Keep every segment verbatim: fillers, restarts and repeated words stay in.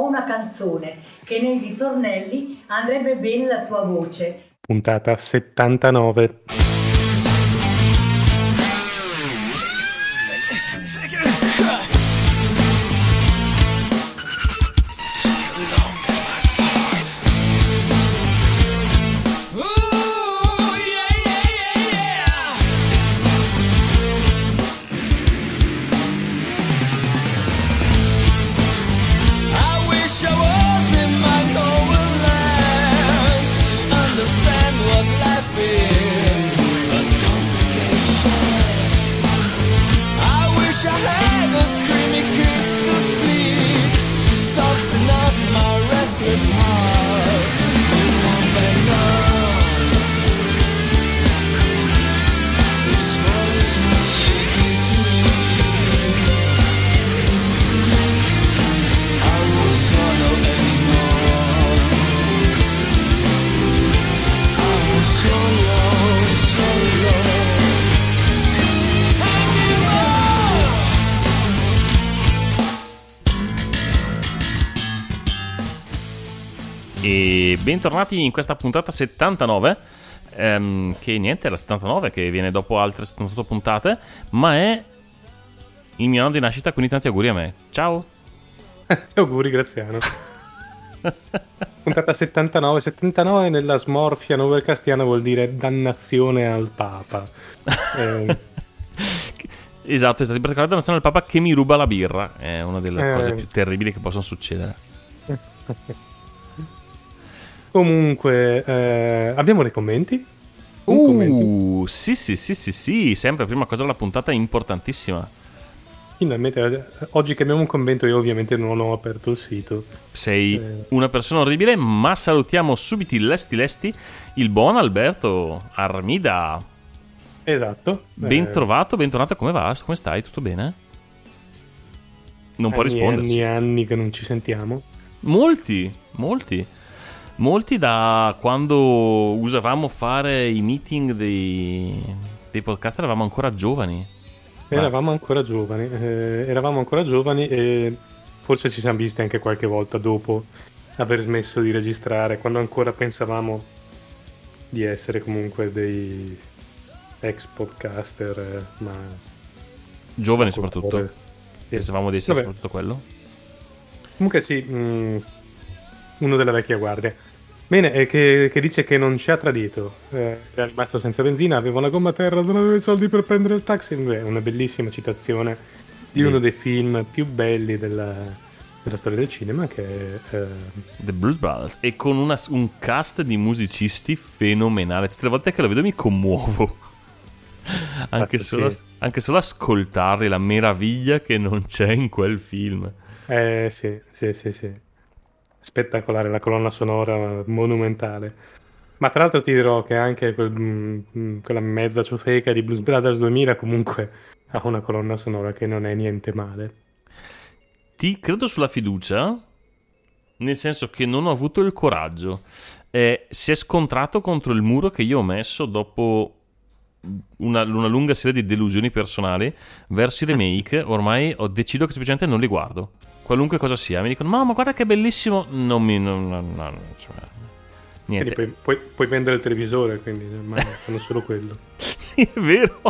una canzone che nei ritornelli andrebbe bene la tua voce. Puntata settantanove. E bentornati in questa puntata settantanove, ehm, che niente, è la settantanove che viene dopo altre settantotto puntate, ma è il mio anno di nascita, quindi tanti auguri a me. Ciao! Auguri Graziano. Puntata settantanove, settantanove nella smorfia novelcastiana vuol dire dannazione al Papa. Eh. Esatto, esatto, per la dannazione al Papa che mi ruba la birra, è una delle Eh. cose più terribili che possono succedere. Comunque, eh, abbiamo dei commenti? Un Uh, commento. sì, sì, sì, sì, sì, sempre prima cosa la puntata è importantissima. Finalmente, eh, oggi che abbiamo un commento, io ovviamente non ho aperto il sito. Sei Eh. una persona orribile, ma salutiamo subito lesti lesti il buon Alberto Armida. Esatto. Ben Eh, trovato, bentornato, come va? Come stai? Tutto bene? Non può anni, rispondersi. Anni e anni che non ci sentiamo. Molti, molti. Molti da quando usavamo fare i meeting dei, dei podcast, eravamo ancora giovani. Eravamo ancora giovani, eh, eravamo ancora giovani e forse ci siamo visti anche qualche volta dopo aver smesso di registrare, quando ancora pensavamo di essere comunque dei ex podcaster, eh, ma Giovani soprattutto. Sì. Pensavamo di essere Vabbè. soprattutto quello. Comunque sì, mh, uno della vecchia guardia. Bene, e che, che dice che non ci ha tradito, eh, era rimasto senza benzina, aveva una gomma a terra, non aveva i soldi per prendere il taxi. Beh, una bellissima citazione di Sì. uno dei film più belli della, della storia del cinema, che è eh, The Blues Brothers. E con una- un cast di musicisti fenomenale. Tutte le volte che lo vedo mi commuovo. Anche Cazzo, solo, sì. anche solo ascoltarli, la meraviglia che non c'è in quel film. Eh sì, sì, sì, sì. Spettacolare, la colonna sonora monumentale. Ma tra l'altro ti dirò che anche quel, mm, mm, quella mezza ciofeca di Blues Brothers duemila comunque ha una colonna sonora che non è niente male. Ti credo sulla fiducia, nel senso che non ho avuto il coraggio. Eh, si è scontrato contro il muro che io ho messo dopo una, una lunga serie di delusioni personali verso i remake. Ormai ho deciso che semplicemente non li guardo. Qualunque cosa sia, mi dicono: no, ma guarda che bellissimo. Non mi. Non, non, non, cioè, niente. Quindi puoi, puoi, puoi vendere il televisore, quindi ormai fanno solo quello. Sì, è vero.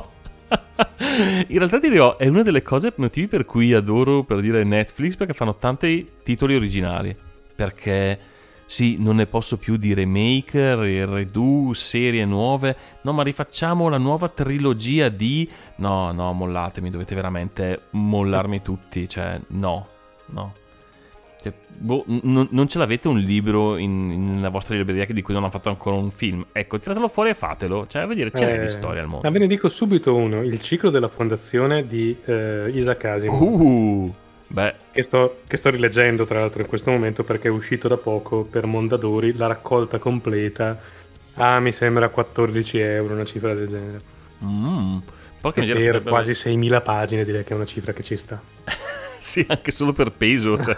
In realtà ti dirò, è una delle cose, motivi per cui adoro, per dire, Netflix, perché fanno tanti titoli originali. Perché sì, non ne posso più di remake, re- redo, serie nuove. No, ma rifacciamo la nuova trilogia di... No, no, mollatemi, dovete veramente mollarmi tutti. Cioè, no, no. Cioè, boh, n- non ce l'avete un libro in, in- nella vostra libreria che- di cui non hanno fatto ancora un film? Ecco, tiratelo fuori e fatelo. Cioè, vuol dire, ce n'è Eh, di storia al mondo. Ma ve ne dico subito uno, il ciclo della fondazione di eh, Isaac Asimov. Uh, beh, Che sto, che sto rileggendo tra l'altro in questo momento perché è uscito da poco per Mondadori la raccolta completa. Ah, mi sembra quattordici euro, una cifra del genere. mm, porca E miseria, per potrebbe- quasi seimila pagine direi che è una cifra che ci sta. Sì, anche solo per peso. Cioè.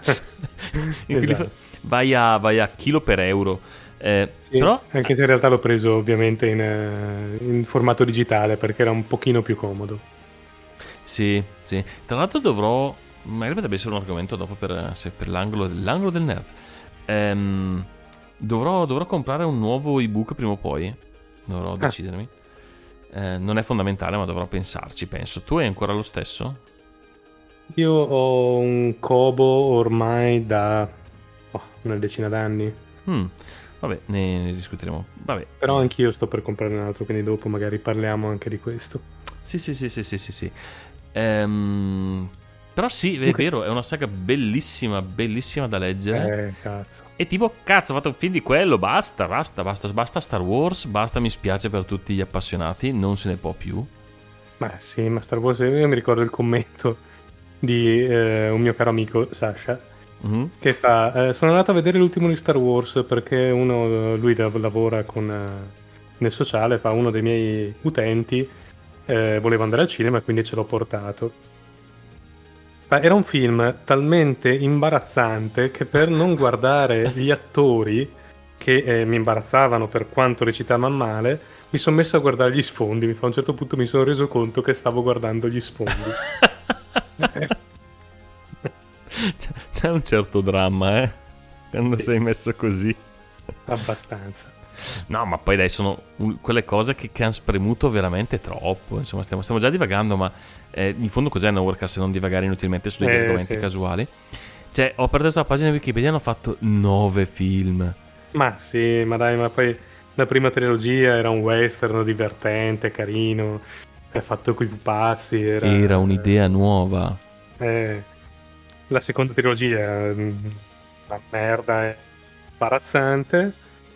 In cui li fa- Esatto. vai, a, vai a chilo per euro. Eh, Sì, però, anche se in realtà l'ho preso ovviamente in, eh, in formato digitale perché era un pochino più comodo. sì, sì. Tra l'altro dovrò magari potrebbe essere un argomento dopo per, se per l'angolo, l'angolo del nerd. Ehm, dovrò, dovrò comprare un nuovo ebook prima o poi, dovrò decidermi. Eh, non è fondamentale, ma dovrò pensarci, penso. Tu hai ancora lo stesso? Io ho un Kobo ormai da oh, una decina d'anni. Mm, vabbè, ne, ne discuteremo. Vabbè. Però anch'io sto per comprare un altro, quindi dopo magari parliamo anche di questo. Sì, sì, sì, sì, sì, sì, sì. Ehm, però sì, è Okay. vero, è una saga bellissima, bellissima da leggere. Eh, cazzo. E tipo, cazzo, ho fatto un film di quello, basta, basta, basta, basta Star Wars, basta, mi spiace per tutti gli appassionati, non se ne può più. Ma sì, ma Star Wars, io mi ricordo il commento di eh, un mio caro amico, Sasha, Mhm. che fa, eh, sono andato a vedere l'ultimo di Star Wars perché uno, lui lav- lavora con, eh, nel sociale, fa uno dei miei utenti, eh, voleva andare al cinema, quindi ce l'ho portato. Ma era un film talmente imbarazzante che per non guardare gli attori che eh, mi imbarazzavano per quanto recitavano male, mi sono messo a guardare gli sfondi. Mi fa, a un certo punto mi sono reso conto che stavo guardando gli sfondi. C'è- C'è un certo dramma, eh, quando sei messo così. Abbastanza. No, ma poi dai, sono un- quelle cose che, che hanno spremuto veramente troppo. Insomma, stiamo, stiamo già divagando, ma eh, in fondo cos'è Nowherecast se non divagare inutilmente su degli Eh, argomenti sì. casuali? Cioè, ho aperto questa pagina Wikipedia e hanno fatto nove film. Ma sì, ma dai, ma poi la prima trilogia era un western divertente, carino, è fatto coi pupazzi. Era, Era un'idea nuova. eh, la seconda trilogia è una merda, è imbarazzante.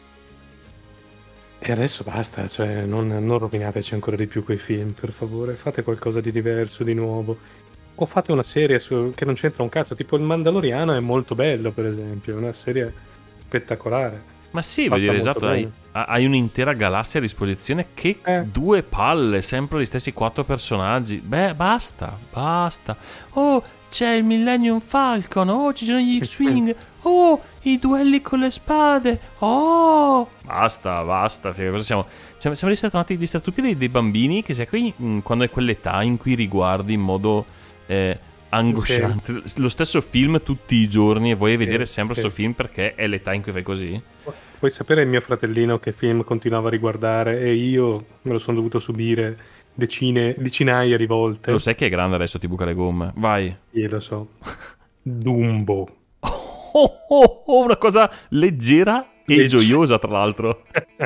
E adesso basta, cioè non, non rovinateci ancora di più quei film, per favore. Fate qualcosa di diverso, di nuovo. O fate una serie su- che non c'entra un cazzo, tipo Il Mandaloriano è molto bello, per esempio, è una serie spettacolare. Ma sì, Fatta vuol dire, molto esatto, hai, bene. hai un'intera galassia a disposizione. Che Eh. due palle, sempre gli stessi quattro personaggi. Beh, basta, basta. Oh, c'è il Millennium Falcon. Oh, ci sono gli X-Wing. Oh, i duelli con le spade. Oh, basta, basta. Figa, cosa siamo? Siamo, siamo distratti, distratti tutti dei, dei bambini che sei qui mh, quando è quell'età in cui riguardi in modo eh, angosciante lo stesso film tutti i giorni e vuoi vedere sempre sì. questo film perché è l'età in cui fai così. Puoi sapere il mio fratellino che film continuava a riguardare e io me lo sono dovuto subire decine, decinaia di volte. Lo sai che è grande adesso ti buca le gomme. Vai. Sì, lo so. Dumbo. Oh, oh, oh, una cosa leggera e Legge- gioiosa, tra l'altro.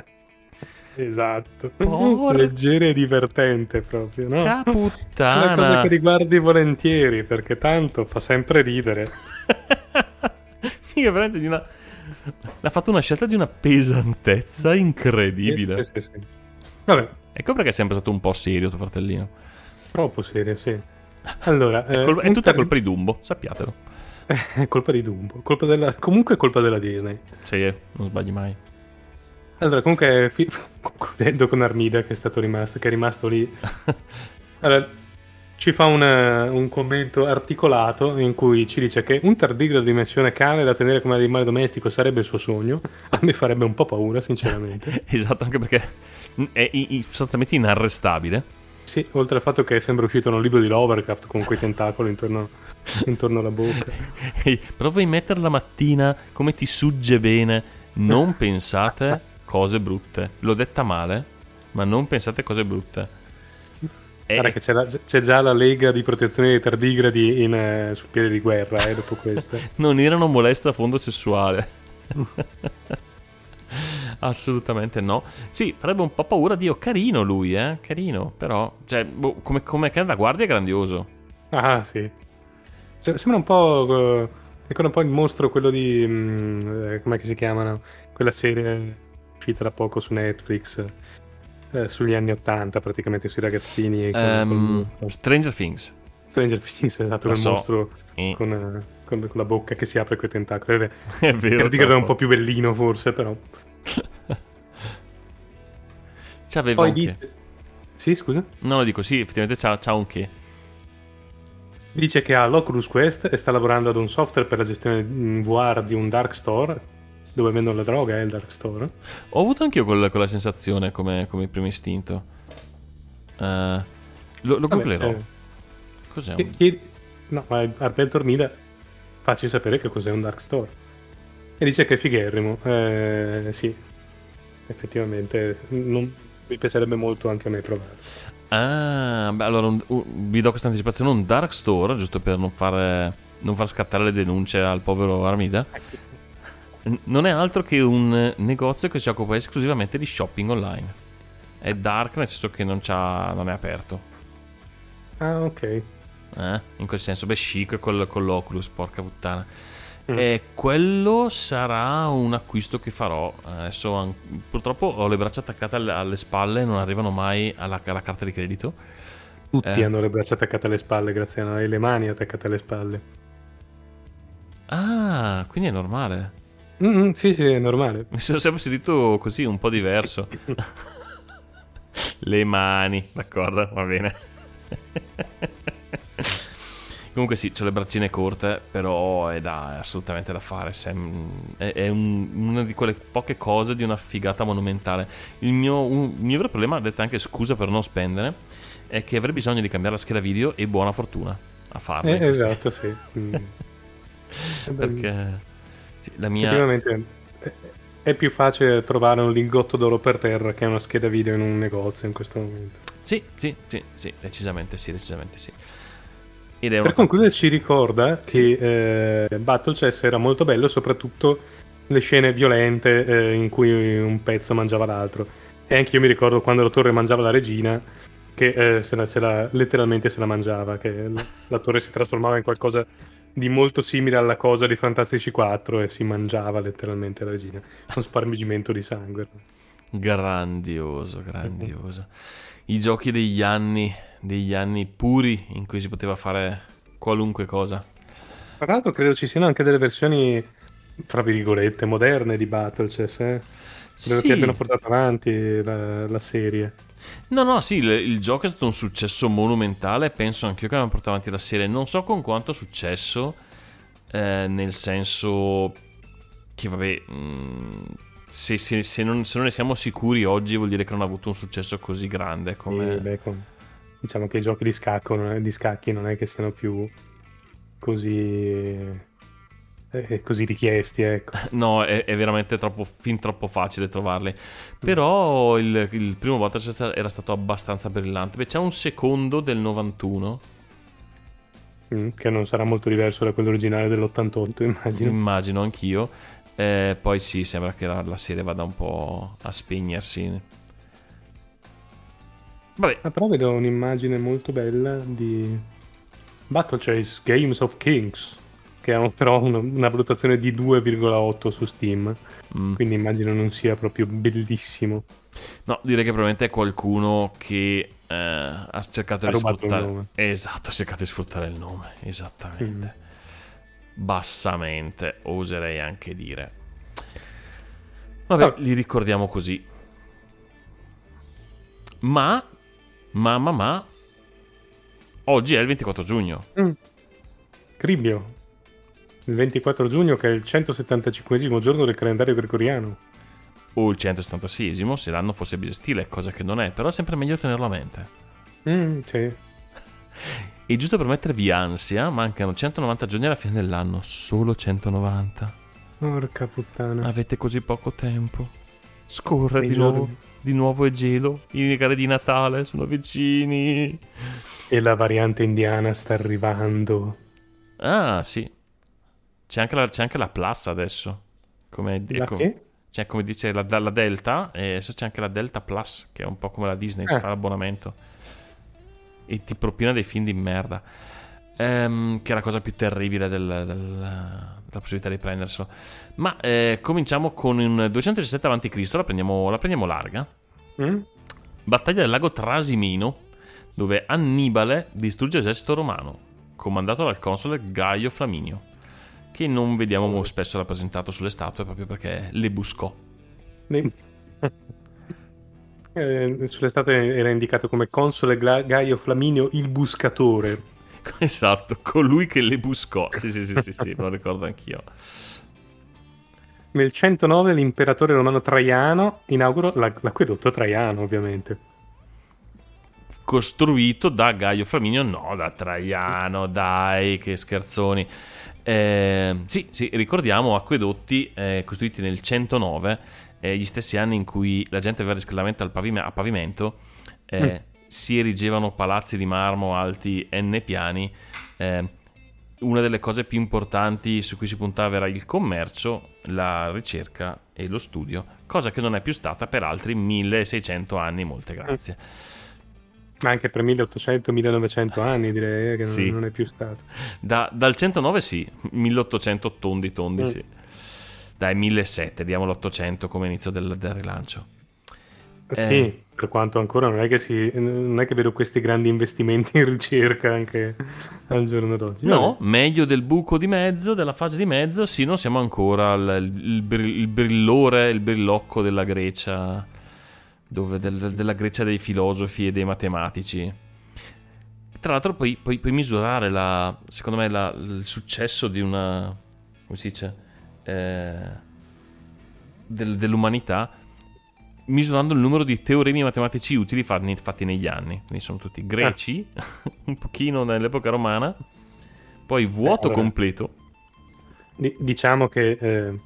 Esatto. Porca Leggero e divertente proprio, no? Una cosa puttana. che riguardi volentieri perché tanto fa sempre ridere. Figa, veramente di una... Ha fatto una scelta di una pesantezza incredibile. Sì, sì, sì. Vabbè, Ecco perché è sempre stato un po' serio tuo fratellino. troppo serio, sì. Allora, È, col- eh, è un tutta ter- colpa di Dumbo, sappiatelo. È colpa di Dumbo. Colpa della... Comunque è colpa della Disney. Sì, eh, non sbagli mai. Allora, comunque, fi- concludendo con Armida che è stato rimasto, che è rimasto lì, allora, ci fa una- un commento articolato in cui ci dice che un tardigrado di dimensione cane da tenere come animale domestico sarebbe il suo sogno. A me farebbe un po' paura, sinceramente. Esatto, anche perché è i- i- sostanzialmente inarrestabile. Sì, oltre al fatto che sembra uscito un libro di Lovecraft con quei tentacoli intorno, intorno alla bocca. Ehi, però vuoi mettere la mattina come ti sugge bene. Non pensate cose brutte. L'ho detta male, ma non pensate cose brutte. E- Guarda che c'è, la- c'è già la Lega di protezione dei tardigradi in, eh, sul piede di guerra, eh, dopo questa. non erano moleste a fondo sessuale. Assolutamente no. Sì, farebbe un po' paura. Dio, carino lui, eh. Carino, però, cioè, boh, come, come cane da guardia è grandioso. Ah, sì. Se- Sembra un po'. eh, Ricorda un po' il mostro, quello di. mm, eh, com'è che si chiamano? Quella serie uscita da poco su Netflix. eh, sugli anni ottanta, praticamente sui ragazzini. con- Ehm, con- Stranger Things. Stranger Things, esatto, Lo quel so. mostro Eh, con, eh, con- con la bocca che si apre coi tentacoli. È è vero. vero, è un troppo. po' più bellino, forse, però. C'aveva Poi un che. dice. Sì, scusa? No, lo dico, sì, effettivamente c'ha, c'ha un che. Dice che ha l'Oculus Quest e sta lavorando ad un software per la gestione in V R di un dark store, dove vendono la droga, è il dark store. Ho avuto anch'io quella, quella sensazione come, come primo istinto. Eh, lo lo Vabbè, googlerò. eh, Cos'è? chi- Un... chi- no, ma Alberto Ormida, facci sapere che cos'è un Dark Store. E dice che è figherrimo. Eh, sì, effettivamente non, mi piacerebbe molto anche a me provare. Ah, beh, allora un, un, vi do questa anticipazione, un Dark Store, giusto per non fare, non far scattare le denunce al povero Armida. Non è altro che un negozio che si occupa esclusivamente di shopping online. È dark nel senso che non, c'ha, non è aperto. Ah, ok. Eh? In quel senso, beh, chic con, con l'Oculus, porca puttana. Mm. E quello sarà un acquisto che farò. Adesso an- purtroppo ho le braccia attaccate alle, alle spalle, non arrivano mai alla, alla carta di credito. Tutti Eh. hanno le braccia attaccate alle spalle, grazie a noi, e le mani attaccate alle spalle. Ah, quindi è normale. Mm, sì, sì, è normale. Mi sono sempre sentito così, un po' diverso. Le mani, d'accordo, va bene. Comunque sì, ho le braccine corte, però è, da, è assolutamente da fare. Sem- è è un- una di quelle poche cose di una figata monumentale. Il mio, un, il mio vero problema, detta anche scusa per non spendere, è che avrei bisogno di cambiare la scheda video e buona fortuna a farlo. Eh, esatto, sì. Mm. Perché sì, la mia... Effettivamente è- è più facile trovare un lingotto d'oro per terra che una scheda video in un negozio in questo momento. Sì, sì, sì, sì, decisamente sì, decisamente sì. Ed è Per una concludere ci ricorda che eh, Battle Chess era molto bello, soprattutto le scene violente eh, in cui un pezzo mangiava l'altro. E anche io mi ricordo quando la torre mangiava la regina, che eh, se la, se la- letteralmente se la mangiava, che la, la torre si trasformava in qualcosa di molto simile alla cosa di Fantastici quattro e si mangiava letteralmente la regina, con spargimento di sangue. grandioso, grandioso. I giochi degli anni, degli anni puri in cui si poteva fare qualunque cosa. Tra l'altro credo ci siano anche delle versioni, tra virgolette, moderne di Battle Chess, eh? Credo Sì. che abbiano portato avanti la, la serie. No, no, sì, il, il gioco è stato un successo monumentale. Penso anch'io che abbiamo portato avanti la serie. Non so con quanto successo, eh, nel senso che, vabbè, mh, se, se- se non, se non ne siamo sicuri oggi vuol dire che non ha avuto un successo così grande come... E, beh, con- diciamo che i giochi di scacco, non è- di scacchi non è che siano più così, eh, così richiesti, ecco. No, è, è veramente troppo, fin troppo facile trovarli. Però il, il primo Battle Chess era stato abbastanza brillante. Beh, c'è un secondo del novantuno, Mm, che non sarà molto diverso da quello originale dell'ottantotto, immagino. immagino anch'io. Eh, poi sì, sembra che la, la serie vada un po' a spegnersi. Vabbè, Ah, però vedo un'immagine molto bella di Battle Chess Games of Kings, che ha però una, una valutazione di due virgola otto su Steam, mm, quindi immagino non sia proprio bellissimo. no, direi che probabilmente è qualcuno che eh, ha cercato Ha di rubato il sfruttare. nome. Esatto, ha cercato di sfruttare il nome, esattamente. Bassamente, oserei anche dire. Vabbè, Ah. li ricordiamo così. Ma, ma, ma, ma, oggi è il ventiquattro giugno. Mm. Cribbio, il ventiquattro giugno, che è il centosettantacinquesimo giorno del calendario gregoriano. O il centosettantaseiesimo, se l'anno fosse bisestile, cosa che non è, però è sempre meglio tenerlo a mente. Mm, sì. E giusto per mettervi ansia, mancano centonovanta giorni alla fine dell'anno, solo centonovanta. Porca puttana. Avete così poco tempo. Scorre Quei di nuovo, giorni. di nuovo è gelo, i regali di Natale sono vicini. E la variante indiana sta arrivando. Ah, sì. C'è anche la, c'è anche la Plus adesso. Come, La ecco, che? c'è come dice la, la Delta, e adesso c'è anche la Delta Plus, che è un po' come la Disney, che Eh. fa l'abbonamento. E ti propina dei film di merda. Ehm, che è la cosa più terribile del, del- della possibilità di prenderselo. Ma eh, cominciamo con un duecentodiciassette avanti Cristo, la prendiamo, la prendiamo larga. Mm? Battaglia del lago Trasimeno, dove Annibale distrugge l'esercito romano, comandato dal console Gaio Flaminio, che non vediamo molto spesso rappresentato sulle statue proprio perché le buscò. Ne- Eh, sull'estate era indicato come console Gla- Gaio Flaminio il Buscatore. Esatto, colui che le buscò. Sì, sì, sì, sì, sì, me lo ricordo anch'io. Nel centonove l'imperatore romano Traiano inaugurò la- l'acquedotto Traiano, ovviamente. costruito da Gaio Flaminio, no, da Traiano, dai, che scherzoni. Eh, sì, sì, ricordiamo acquedotti eh, costruiti nel centonove, eh, gli stessi anni in cui la gente aveva riscaldamento al pavime- a pavimento, eh, mm. si erigevano palazzi di marmo alti n piani. Eh, una delle cose più importanti su cui si puntava era il commercio, la ricerca e lo studio, cosa che non è più stata per altri milleseicento anni, molte grazie. Ma anche per milleottocento millenovecento anni direi che non, sì. non è più stato. Da, dal centonove sì, milleottocento tondi tondi mm. sì. Dai, millesettecento, diamo l'ottocento come inizio del, del rilancio. Sì, eh. per quanto ancora non è che si non è che vedo questi grandi investimenti in ricerca anche al giorno d'oggi. No, vabbè. Meglio del buco di mezzo, della fase di mezzo, sì, non siamo ancora al, il, il brillore, il brillocco della Grecia, dove del, della Grecia dei filosofi e dei matematici. Tra l'altro puoi, puoi, puoi misurare la, secondo me la, il successo di una, come si dice, eh, del, dell'umanità misurando il numero di teoremi matematici utili fatti, fatti negli anni. Quindi sono tutti greci, ah. un pochino nell'epoca romana, poi vuoto eh, allora, completo. Diciamo che eh,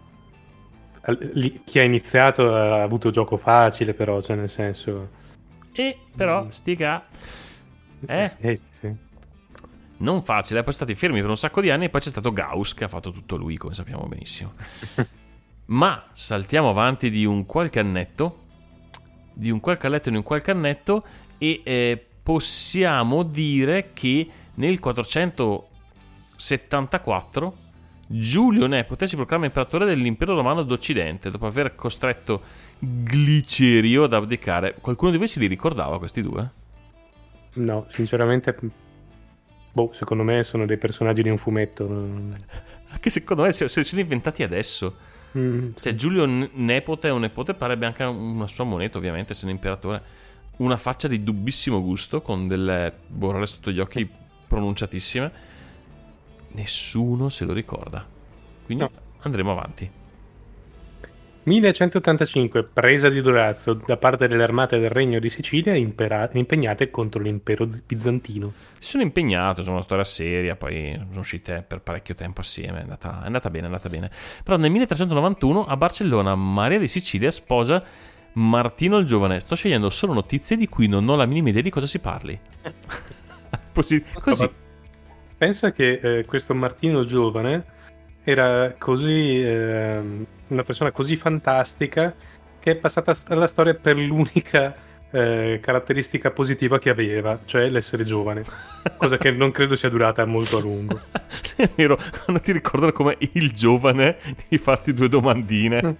chi ha iniziato ha avuto gioco facile, però, cioè nel senso... E però, stica... Eh? eh sì. Non facile, poi stati fermi per un sacco di anni e poi c'è stato Gauss che ha fatto tutto lui, come sappiamo benissimo. Ma saltiamo avanti di un qualche annetto, di un qualche annetto in un qualche annetto e eh, possiamo dire che nel quattrocentosettantaquattro Giulio Nepote si proclama imperatore dell'impero romano d'Occidente dopo aver costretto Glicerio ad abdicare. Qualcuno di voi si li ricordava questi due? No, sinceramente, boh, secondo me sono dei personaggi di un fumetto. Anche secondo me se li sono inventati adesso. Mm, cioè sì. Giulio Nepote, un nepote, parebbe anche una sua moneta, ovviamente, essendo imperatore. Una faccia di dubbissimo gusto, con delle borrelle sotto gli occhi pronunciatissime. Nessuno se lo ricorda. Quindi no. Andremo avanti. millecentottantacinque, presa di Durazzo da parte delle armate del Regno di Sicilia impera- impegnate contro l'impero bizantino. Si sono impegnate, sono una storia seria, poi sono uscite per parecchio tempo assieme, è andata, è andata bene, è andata bene. Però nel milletrecentonovantuno a Barcellona Maria di Sicilia sposa Martino il Giovane. Sto scegliendo solo notizie di cui non ho la minima idea di cosa si parli. Così. Così. Pensa che eh, questo Martino il Giovane era così eh, una persona così fantastica che è passata alla storia per l'unica eh, caratteristica positiva che aveva, cioè l'essere giovane, cosa che non credo sia durata molto a lungo. Sì, è vero, quando ti ricordano come il giovane di farti due domandine.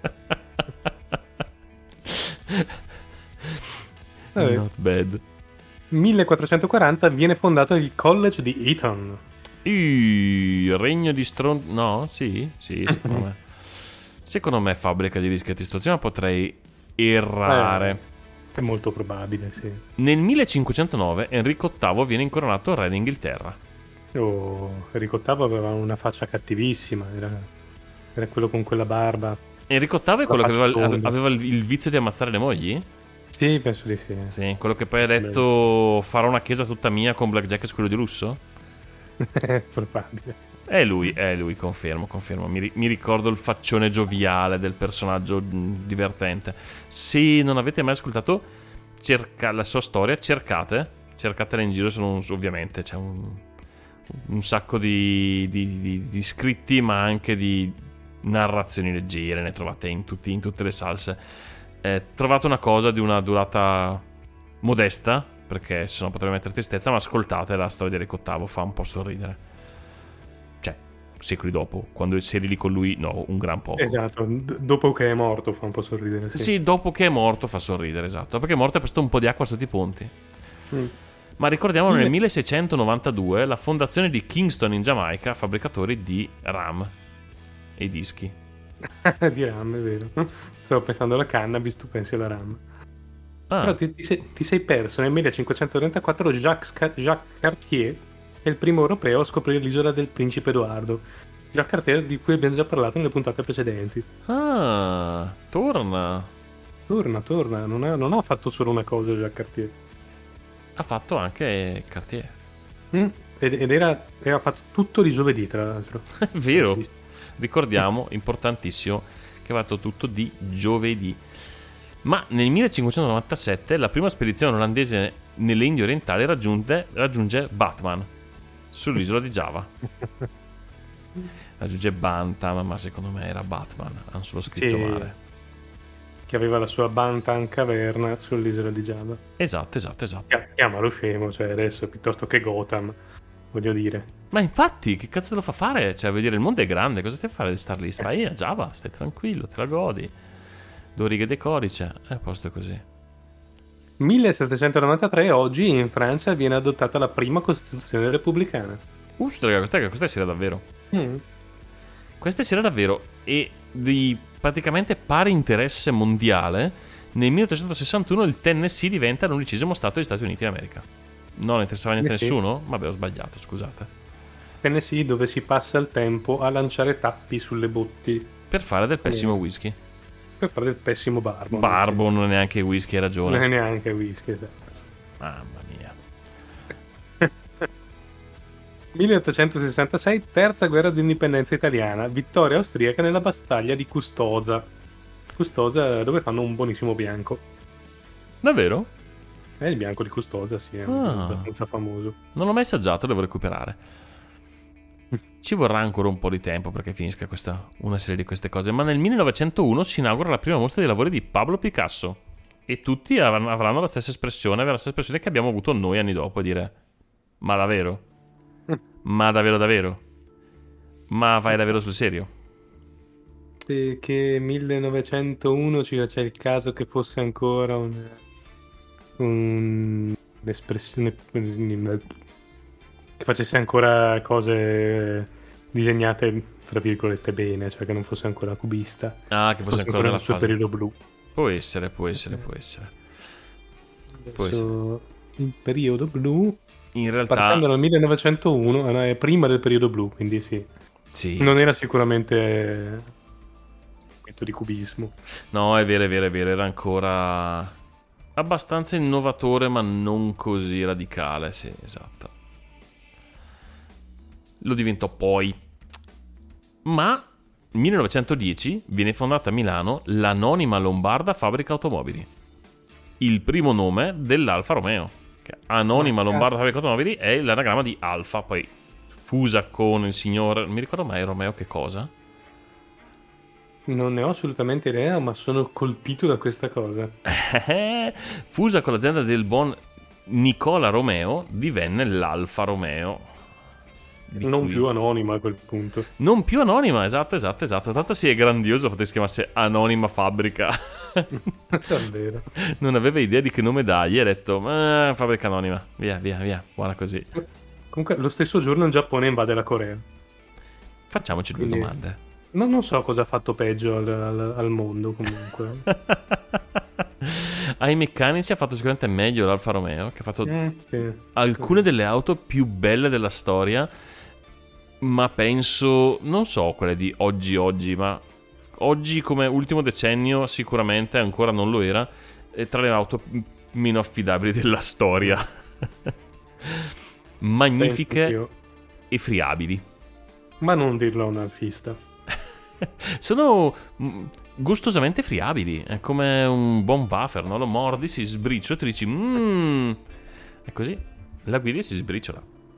Not bad. millequattrocentoquaranta viene fondato il College di Eton. Il regno di Stron... No, sì, sì, secondo me. Secondo me è fabbrica di rischi antistozione, ma potrei errare. Eh, è molto probabile, sì. Nel millecinquecentonove Enrico ottavo viene incoronato re d'Inghilterra. Oh, Enrico ottavo aveva una faccia cattivissima, era, era quello con quella barba. Enrico ottavo è quello che aveva, aveva il, il vizio di ammazzare le mogli? Sì, penso di sì. Sì, quello che poi ha detto farò una chiesa tutta mia con Blackjack e quello di lusso? È probabile. È lui, è lui, confermo, confermo. Mi, mi ricordo il faccione gioviale del personaggio mh, divertente. Se non avete mai ascoltato cerca, la sua storia, cercate, cercatela in giro, sono, ovviamente c'è un, un sacco di, di, di, di scritti, ma anche di narrazioni leggere, ne trovate in, tutti, in tutte le salse. Eh, trovate una cosa di una durata modesta, perché se no potrebbe mettere tristezza, ma ascoltate la storia di Enrico ottavo, fa un po' sorridere. Cioè, secoli dopo, quando sei lì con lui, no, un gran poco. Esatto, D- dopo che è morto fa un po' sorridere. Sì, sì, dopo che è morto fa sorridere, esatto, perché è morto e ha preso un po' di acqua sotto i ponti. Mm. Ma ricordiamo nel milleseicentonovantadue la fondazione di Kingston in Giamaica, fabbricatori di RAM e dischi. Di RAM, è vero. Stavo pensando alla cannabis, tu pensi alla RAM. Ah. Però ti, ti, sei, ti sei perso nel millecinquecentotrentaquattro Jacques, Jacques Cartier è il primo europeo a scoprire l'isola del Principe Edoardo. Jacques Cartier di cui abbiamo già parlato nelle puntate precedenti. Ah, torna. Torna, torna. Non ha, non ha fatto solo una cosa Jacques Cartier. ha fatto anche Cartier. Mm, ed, ed era, era fatto tutto di giovedì, tra l'altro. È vero, ricordiamo, importantissimo, che ha fatto tutto di giovedì. Ma nel millecinquecentonovantasette la prima spedizione olandese nelle Indie orientali raggiunge, raggiunge Batman sull'isola di Java. Raggiunge Bantam, ma secondo me era Batman, hanno solo scritto Sì, male. che aveva la sua Bantam caverna sull'isola di Java. Esatto, esatto, esatto. Chia- Chiamalo scemo, cioè adesso piuttosto che Gotham, voglio dire. Ma infatti, che cazzo lo fa fare? Cioè, vuol dire, il mondo è grande, cosa stai a fare di star lì? Stai a Java, stai tranquillo, te la godi. Due righe di codice, è a posto così. millesettecentonovantatré, oggi in Francia viene adottata la prima Costituzione repubblicana. Uh, raga, questa, questa sera davvero. Mm. Questa sera davvero. E di praticamente pari interesse mondiale, nel milleottocentosessantuno il Tennessee diventa l'undicesimo stato degli Stati Uniti d'America. Non interessava niente a Tennessee. nessuno? Vabbè, ho sbagliato, scusate. Tennessee, dove si passa il tempo a lanciare tappi sulle botti Per fare del pessimo whisky. per fare del pessimo barbon. Barbo, non è neanche whisky, hai ragione. Non è neanche whisky, esatto. Mamma mia. milleottocentosessantasei, terza guerra d'indipendenza italiana, vittoria austriaca nella battaglia di Custoza. Custoza, dove fanno un buonissimo bianco. Davvero? È il bianco di Custoza, sì, è Ah. abbastanza famoso. Non l'ho mai assaggiato, devo recuperare. Ci vorrà ancora un po' di tempo perché finisca questa, una serie di queste cose. Ma nel millenovecentouno si inaugura la prima mostra di lavori di Pablo Picasso. E tutti avranno, avranno la stessa espressione, la stessa espressione che abbiamo avuto noi anni dopo, e dire: ma davvero? Ma davvero davvero? Ma vai davvero sul serio? E che millenovecentouno ci- c'è il caso che fosse ancora un, un- un'espressione che facesse ancora cose disegnate fra virgolette bene, cioè che non fosse ancora cubista, Ah, che fosse ancora nel nella suo fase. periodo blu. Può essere, può essere, può essere. Può Adesso, il periodo blu, In realtà, partendo dal millenovecentouno, eh, no, è prima del periodo blu, quindi sì, sì. non era sicuramente di cubismo. No, è vero, è vero, è vero. Era ancora abbastanza innovatore, ma non così radicale. Sì, esatto. Lo diventò poi. Ma nel millenovecentodieci viene fondata a Milano l'anonima Lombarda Fabbrica Automobili. Il primo nome dell'Alfa Romeo. Che anonima Ah, Lombarda Fabbrica Automobili è l'anagramma di Alfa, poi fusa con il signor... Non mi ricordo mai Romeo che cosa. Non ne ho assolutamente idea, ma sono colpito da questa cosa. Fusa con l'azienda del buon Nicola Romeo, divenne l'Alfa Romeo. Di Non cui- più anonima a quel punto. Non più anonima, esatto, esatto, esatto. Tanto sì, è grandioso il fatto che si chiamasse Anonima Fabbrica. Davvero. Non aveva idea di che nome dargli, ha detto, "Eh, Fabbrica Anonima, via, via, via, buona così." Comunque, lo stesso giorno il Giappone invade la Corea. Facciamoci due Quindi- domande. Non, non so cosa ha fatto peggio al, al- al mondo, comunque. Ai meccanici ha fatto sicuramente meglio l'Alfa Romeo, che ha fatto Eh, sì. alcune delle auto più belle della storia, ma penso, non so quelle di oggi oggi, ma oggi come ultimo decennio sicuramente ancora non lo era, è tra le auto m- meno affidabili della storia. Penso Magnifiche io. e friabili. Ma non dirlo a un alfista. Sono mm, gustosamente friabili, è come un buon wafer, no? Lo mordi, si sbriciola e ti dici mmm. È così, la guidi e si sbriciola.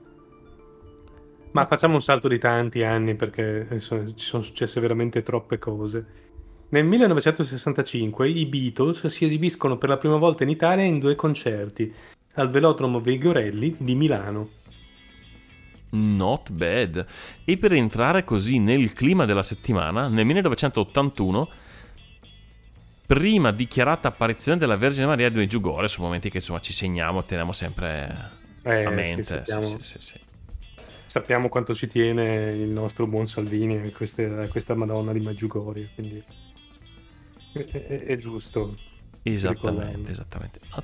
Ma facciamo un salto di tanti anni perché insomma, ci sono successe veramente troppe cose. Nel millenovecentosessantacinque i Beatles si esibiscono per la prima volta in Italia in due concerti al Velodromo Vigorelli di Milano. Not bad. E per entrare così nel clima della settimana, nel millenovecentottantuno, prima dichiarata apparizione della Vergine Maria di Medjugorje, su momenti che insomma ci segniamo, teniamo sempre Eh, a sì, mente. sappiamo. Sì, sì, sì, sì. Sappiamo quanto ci tiene il nostro buon Salvini a queste- a questa Madonna di Medjugorje, quindi è, è- è giusto. Esattamente, ricordarlo. esattamente. Ah.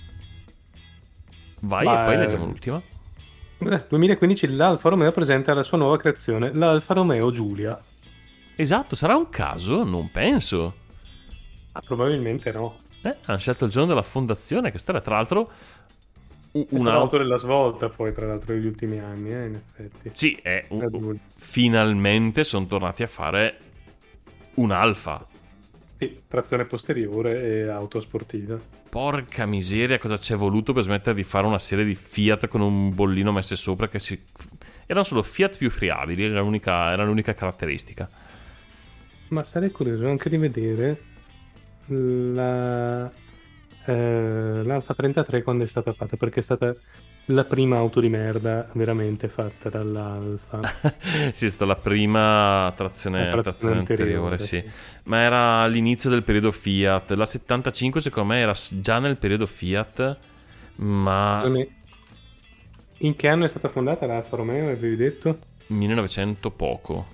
Vai Ma, e poi eh, leggiamo l'ultima. Eh, duemilaquindici l'Alfa Romeo presenta la sua nuova creazione, l'Alfa Romeo Giulia. Esatto, sarà un caso? Non penso. Ah, probabilmente no. Eh, hanno scelto il giorno della fondazione, che storia. Tra l'altro, un- È stata un'auto... l'auto della svolta poi, tra l'altro, negli ultimi anni, eh, in effetti. Sì, è un- Red Bull. finalmente sono tornati a fare un Alfa. Sì, trazione posteriore e auto sportiva. Porca miseria, cosa c'è voluto per smettere di fare una serie di Fiat con un bollino messe sopra che si... erano solo Fiat più friabili, era l'unica, era l'unica caratteristica. Ma sarei curioso anche di vedere la, eh, l'Alfa trentatré quando è stata fatta, perché è stata la prima auto di merda veramente fatta dall'Alfa. Sì, è stata la prima trazione, La trazione trazione anteriore, anteriore, sì. sì. Ma era all'inizio del periodo Fiat. La settantacinque secondo me era s- già nel periodo Fiat, ma Non è- In che anno è stata fondata l'Alfa Romeo, avevi detto? millenovecento poco.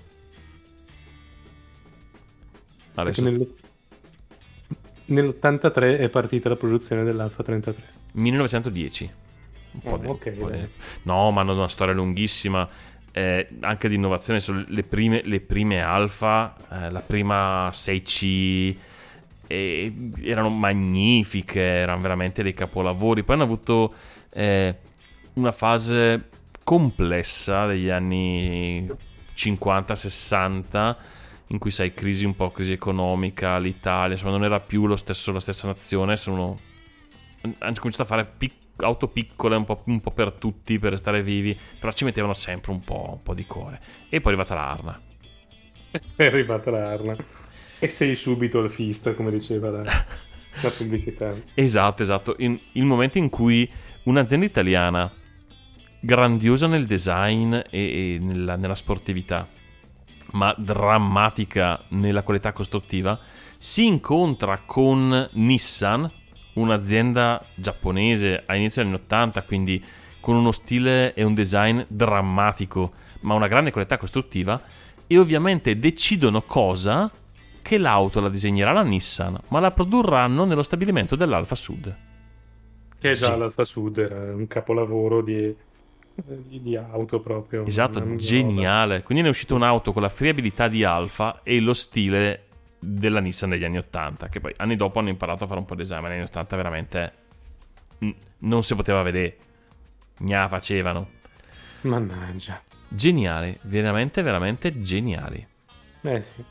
Perché Adesso nel- nell'ottantatré è partita la produzione dell'Alfa trentatré. millenovecentodieci. Un po' Oh, di- ok, un po' di- dai. No, ma hanno una storia lunghissima. eh, anche di innovazione. Sono le prime, le prime Alfa, eh, la prima sei C, eh, erano magnifiche, erano veramente dei capolavori. Poi hanno avuto eh, una fase complessa degli anni cinquanta sessanta, in cui sai, crisi un po', crisi economica, l'Italia, insomma non era più lo stesso, la stessa nazione. Sono hanno cominciato a fare pic- auto piccole un po', un po' per tutti, per restare vivi, però ci mettevano sempre un po', un po' di cuore. E poi è arrivata la Arna. È arrivata l'Arna. E sei subito al fist, come diceva la, la pubblicità. Esatto, esatto. In- il momento in cui un'azienda italiana, grandiosa nel design e, e nella, nella sportività, ma drammatica nella qualità costruttiva, si incontra con Nissan, un'azienda giapponese a inizio anni ottanta, quindi con uno stile e un design drammatico, ma una grande qualità costruttiva, e ovviamente decidono cosa? Che l'auto la disegnerà la Nissan, ma la produrranno nello stabilimento dell'Alfa Sud. Che già Sì. l'Alfa Sud era un capolavoro di, di, di auto proprio. Esatto, una geniale. Quindi ne è uscita un'auto con la friabilità di Alfa e lo stile della Nissan degli anni ottanta, che poi anni dopo hanno imparato a fare un po' di design, ma negli anni ottanta veramente n- non si poteva vedere. Gna facevano. roba. Mannaggia. Geniali, veramente, veramente geniali. Eh sì.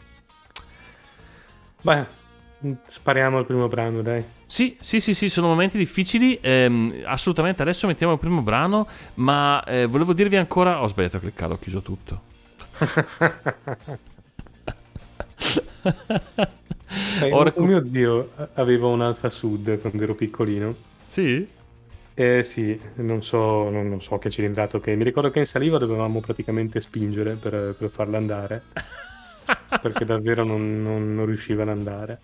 Beh, spariamo al primo brano, dai. Sì, sì, sì, sì, sono momenti difficili. ehm, assolutamente, adesso mettiamo il primo brano, ma eh, volevo dirvi ancora... Ho sbagliato a cliccare, ho chiuso tutto. Eh, Ho un- recu- un mio zio aveva un Alfa Sud quando ero piccolino. Sì? Eh sì, non so, non, non so che cilindrato che. Mi ricordo che in saliva dovevamo praticamente spingere per, per farla andare. Perché davvero non, non- non riusciva ad andare.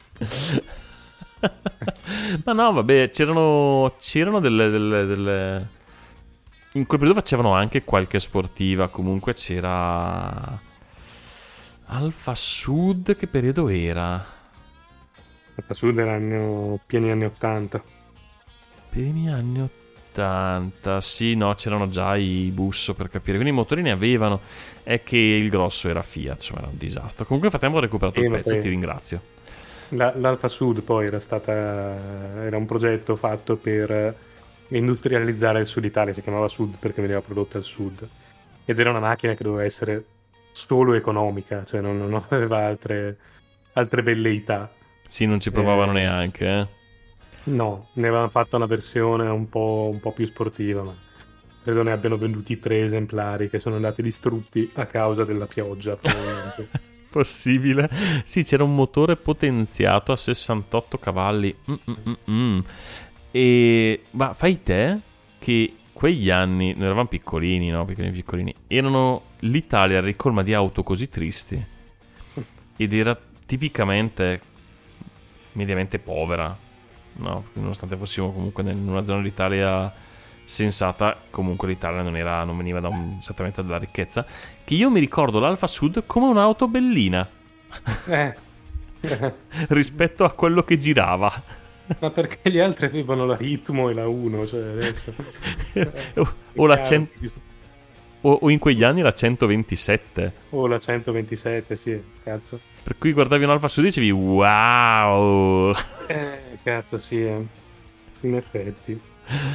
Ma no, vabbè, c'erano, c'erano delle, delle, delle... In quel periodo facevano anche qualche sportiva. Comunque c'era... Alfa Sud, che periodo era? Alfa Sud erano pieni anni ottanta. Primi anni ottanta, sì, no, c'erano già i Busso, per capire, quindi i motori ne avevano. È che il grosso era Fiat, insomma era un disastro. Comunque nel frattempo ho recuperato Sì, il ma pezzo e poi- ti ringrazio. La- L'Alfa Sud poi era stata era un progetto fatto per industrializzare il Sud Italia, si chiamava Sud perché veniva prodotta al Sud, ed era una macchina che doveva essere solo economica, cioè non, non aveva altre, altre velleità. Sì, non ci provavano Eh. neanche, eh. No, ne avevano fatto una versione un po', un po' più sportiva, ma credo ne abbiano venduti tre esemplari che sono andati distrutti a causa della pioggia, probabilmente. Possibile. Sì, c'era un motore potenziato a sessantotto cavalli. Mm, mm, mm, mm. E ma fai te che quegli anni, noi eravamo piccolini, no? Piccolini piccolini. Erano l'Italia ricolma di auto così tristi. Ed era tipicamente mediamente povera, no? Nonostante fossimo comunque in una zona d'Italia sensata, comunque l'Italia non era, non veniva da un, esattamente dalla ricchezza. Che io mi ricordo l'Alfa Sud come un'auto bellina Eh, rispetto a quello che girava. ma perché gli altri avevano la Ritmo e la uno, cioè adesso... o, o la È cen- chiaro che- o, o in quegli anni la centoventisette. O la centoventisette, sì, cazzo. Per cui guardavi un Alfa Sud e dicevi wow. Eh, cazzo, sì, eh. In effetti.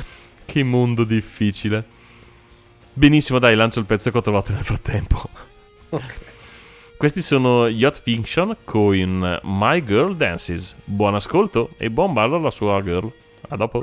Che mondo difficile. Benissimo, dai, lancio il pezzo che ho trovato nel frattempo. Ok. Questi sono Yacht Fiction con My Girl Dances. Buon ascolto e buon ballo alla sua girl. A dopo.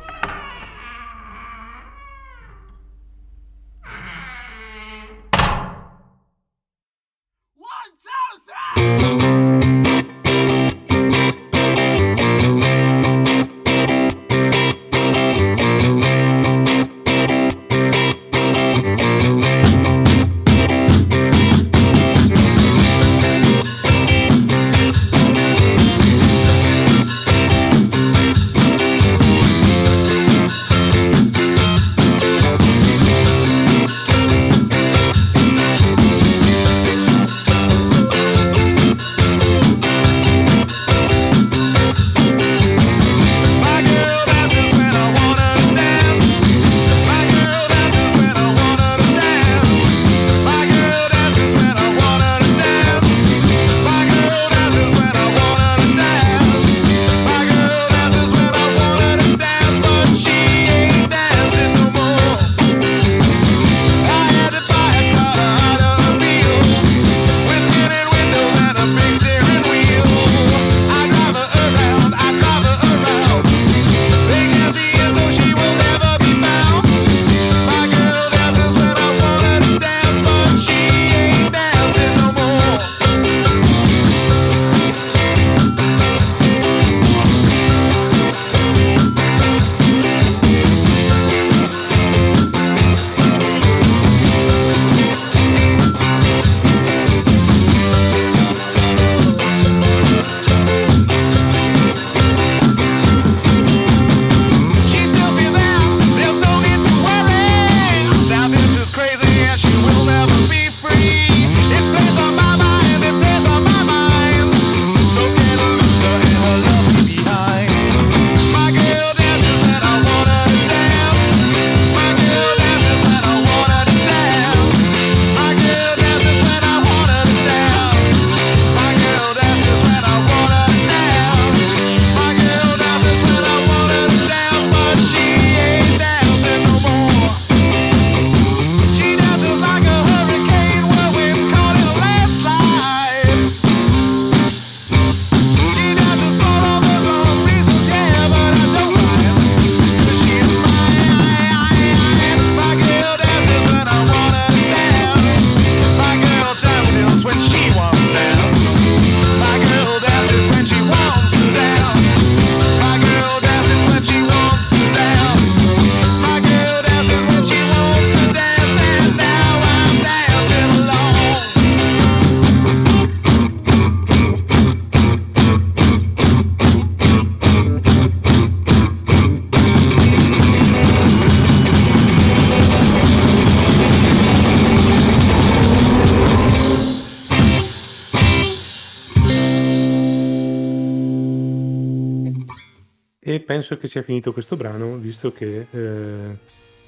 E penso che sia finito questo brano, visto che eh,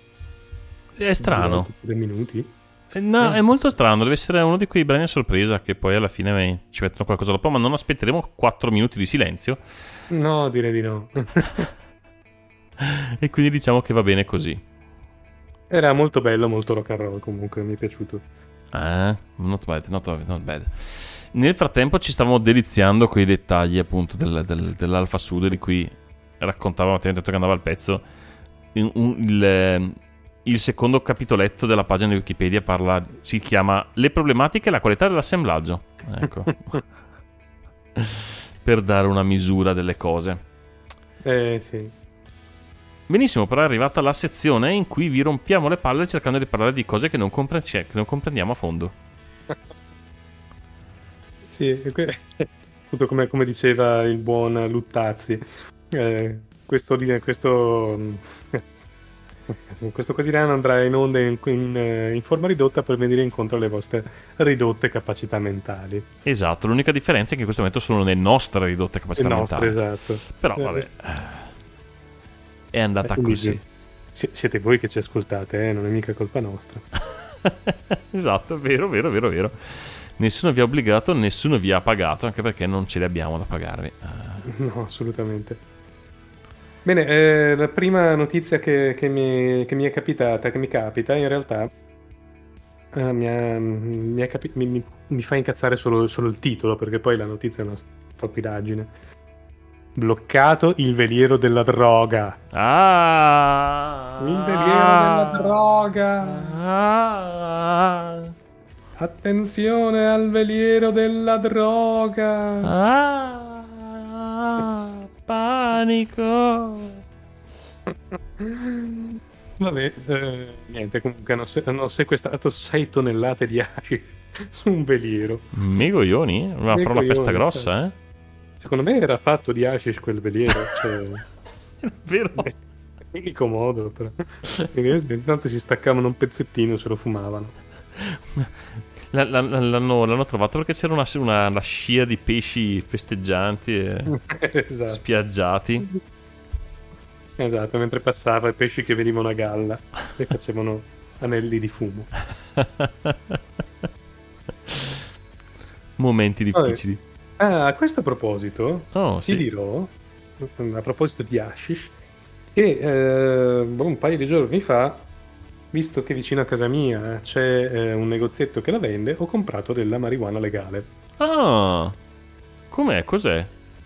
È strano. tre minuti. Eh, No, Eh. è molto strano. Deve essere uno di quei brani a sorpresa che poi alla fine ci mettono qualcosa dopo. Ma non aspetteremo quattro minuti di silenzio. No, direi di no. E quindi diciamo che va bene così. Era molto bello, molto rock and roll, comunque mi è piaciuto. Eh, not bad, not, not bad. Nel frattempo ci stavamo deliziando con i dettagli appunto del, del, dell'Alpha Sud, di cui raccontavamo, ti ho detto che andava al pezzo. In- un- il, il secondo capitoletto della pagina di Wikipedia parla, si chiama Le problematiche e la qualità dell'assemblaggio. Ecco. Per dare una misura delle cose. Eh sì. Benissimo, però è arrivata la sezione in cui vi rompiamo le palle cercando di parlare di cose che non, compre- che non comprendiamo a fondo. Sì, e que- appunto come, come diceva il buon Luttazzi, eh, questo, di- questo, questo quotidiano andrà in onda in, in, in forma ridotta per venire incontro alle vostre ridotte capacità mentali. Esatto, l'unica differenza è che in questo momento sono le nostre ridotte Le capacità nostre, mentali. esatto. Però Eh, vabbè, è andata eh, quindi così. si- Siete voi che ci ascoltate, eh, non è mica colpa nostra. Esatto, vero, vero, vero, vero. Nessuno vi ha obbligato, nessuno vi ha pagato, anche perché non ce li abbiamo da pagarvi. Ah. No, assolutamente. Bene, eh, la prima notizia che, che mi, che mi è capitata, che mi capita, in realtà eh, mi, ha- mi è capi- mi- mi- mi fa incazzare solo, solo il titolo, perché poi la notizia è una stupidaggine. Bloccato il veliero della droga. Ah! Il veliero della droga. Ah! Attenzione al veliero della droga. Ah! Panico! Vabbè, eh, niente, comunque hanno, se- hanno sequestrato sei tonnellate di hashish su un veliero. Megoglioni? Ma farò una festa Megoglioni, grossa, eh? Secondo me era fatto di hashish quel veliero, cioè, Vero? è l'unico modo, però. Quindi, intanto si staccavano un pezzettino e se lo fumavano. L- l- l'hanno, l'hanno trovato perché c'era una, una, una scia di pesci festeggianti e Esatto. spiaggiati. Esatto, mentre passava i pesci che venivano a galla e facevano anelli di fumo. Momenti Vabbè. difficili. Ah, a questo proposito, Oh, ti sì. dirò, a proposito di hashish, che eh, un paio di giorni fa, visto che vicino a casa mia c'è eh, un negozietto che la vende, ho comprato della marijuana legale. Ah, com'è? Cos'è?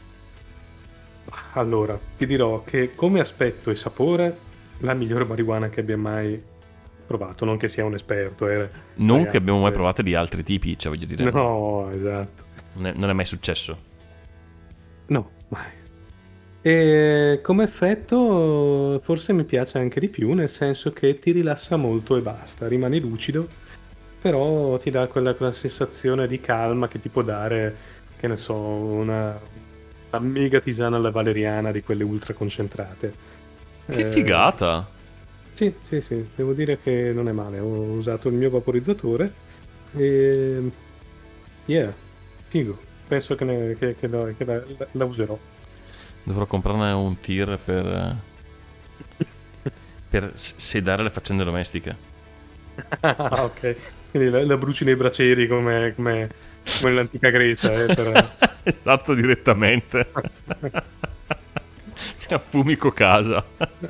Allora, ti dirò che come aspetto e sapore, la migliore marijuana che abbia mai provato, non che sia un esperto. Eh. Non Ragazzi, che abbiamo mai eh. provate di altri tipi, cioè voglio dire, No, esatto. non, è, non è mai successo. No, mai. E come effetto forse mi piace anche di più, nel senso che ti rilassa molto e basta, rimani lucido, però ti dà quella, quella sensazione di calma che ti può dare, che ne so, una, una mega tisana alla valeriana di quelle ultra concentrate. Che Eh, figata! Sì, sì, sì, devo dire che non è male, ho usato il mio vaporizzatore e... yeah, figo, penso che, ne- che- che la- che la- la- la userò. Dovrò comprarne un tir per, per s- sedare le faccende domestiche. Ah, ok. Quindi la, la bruci nei braceri come, come, come nell'antica Grecia, eh, per... Esatto, direttamente. Cioè, affumico casa.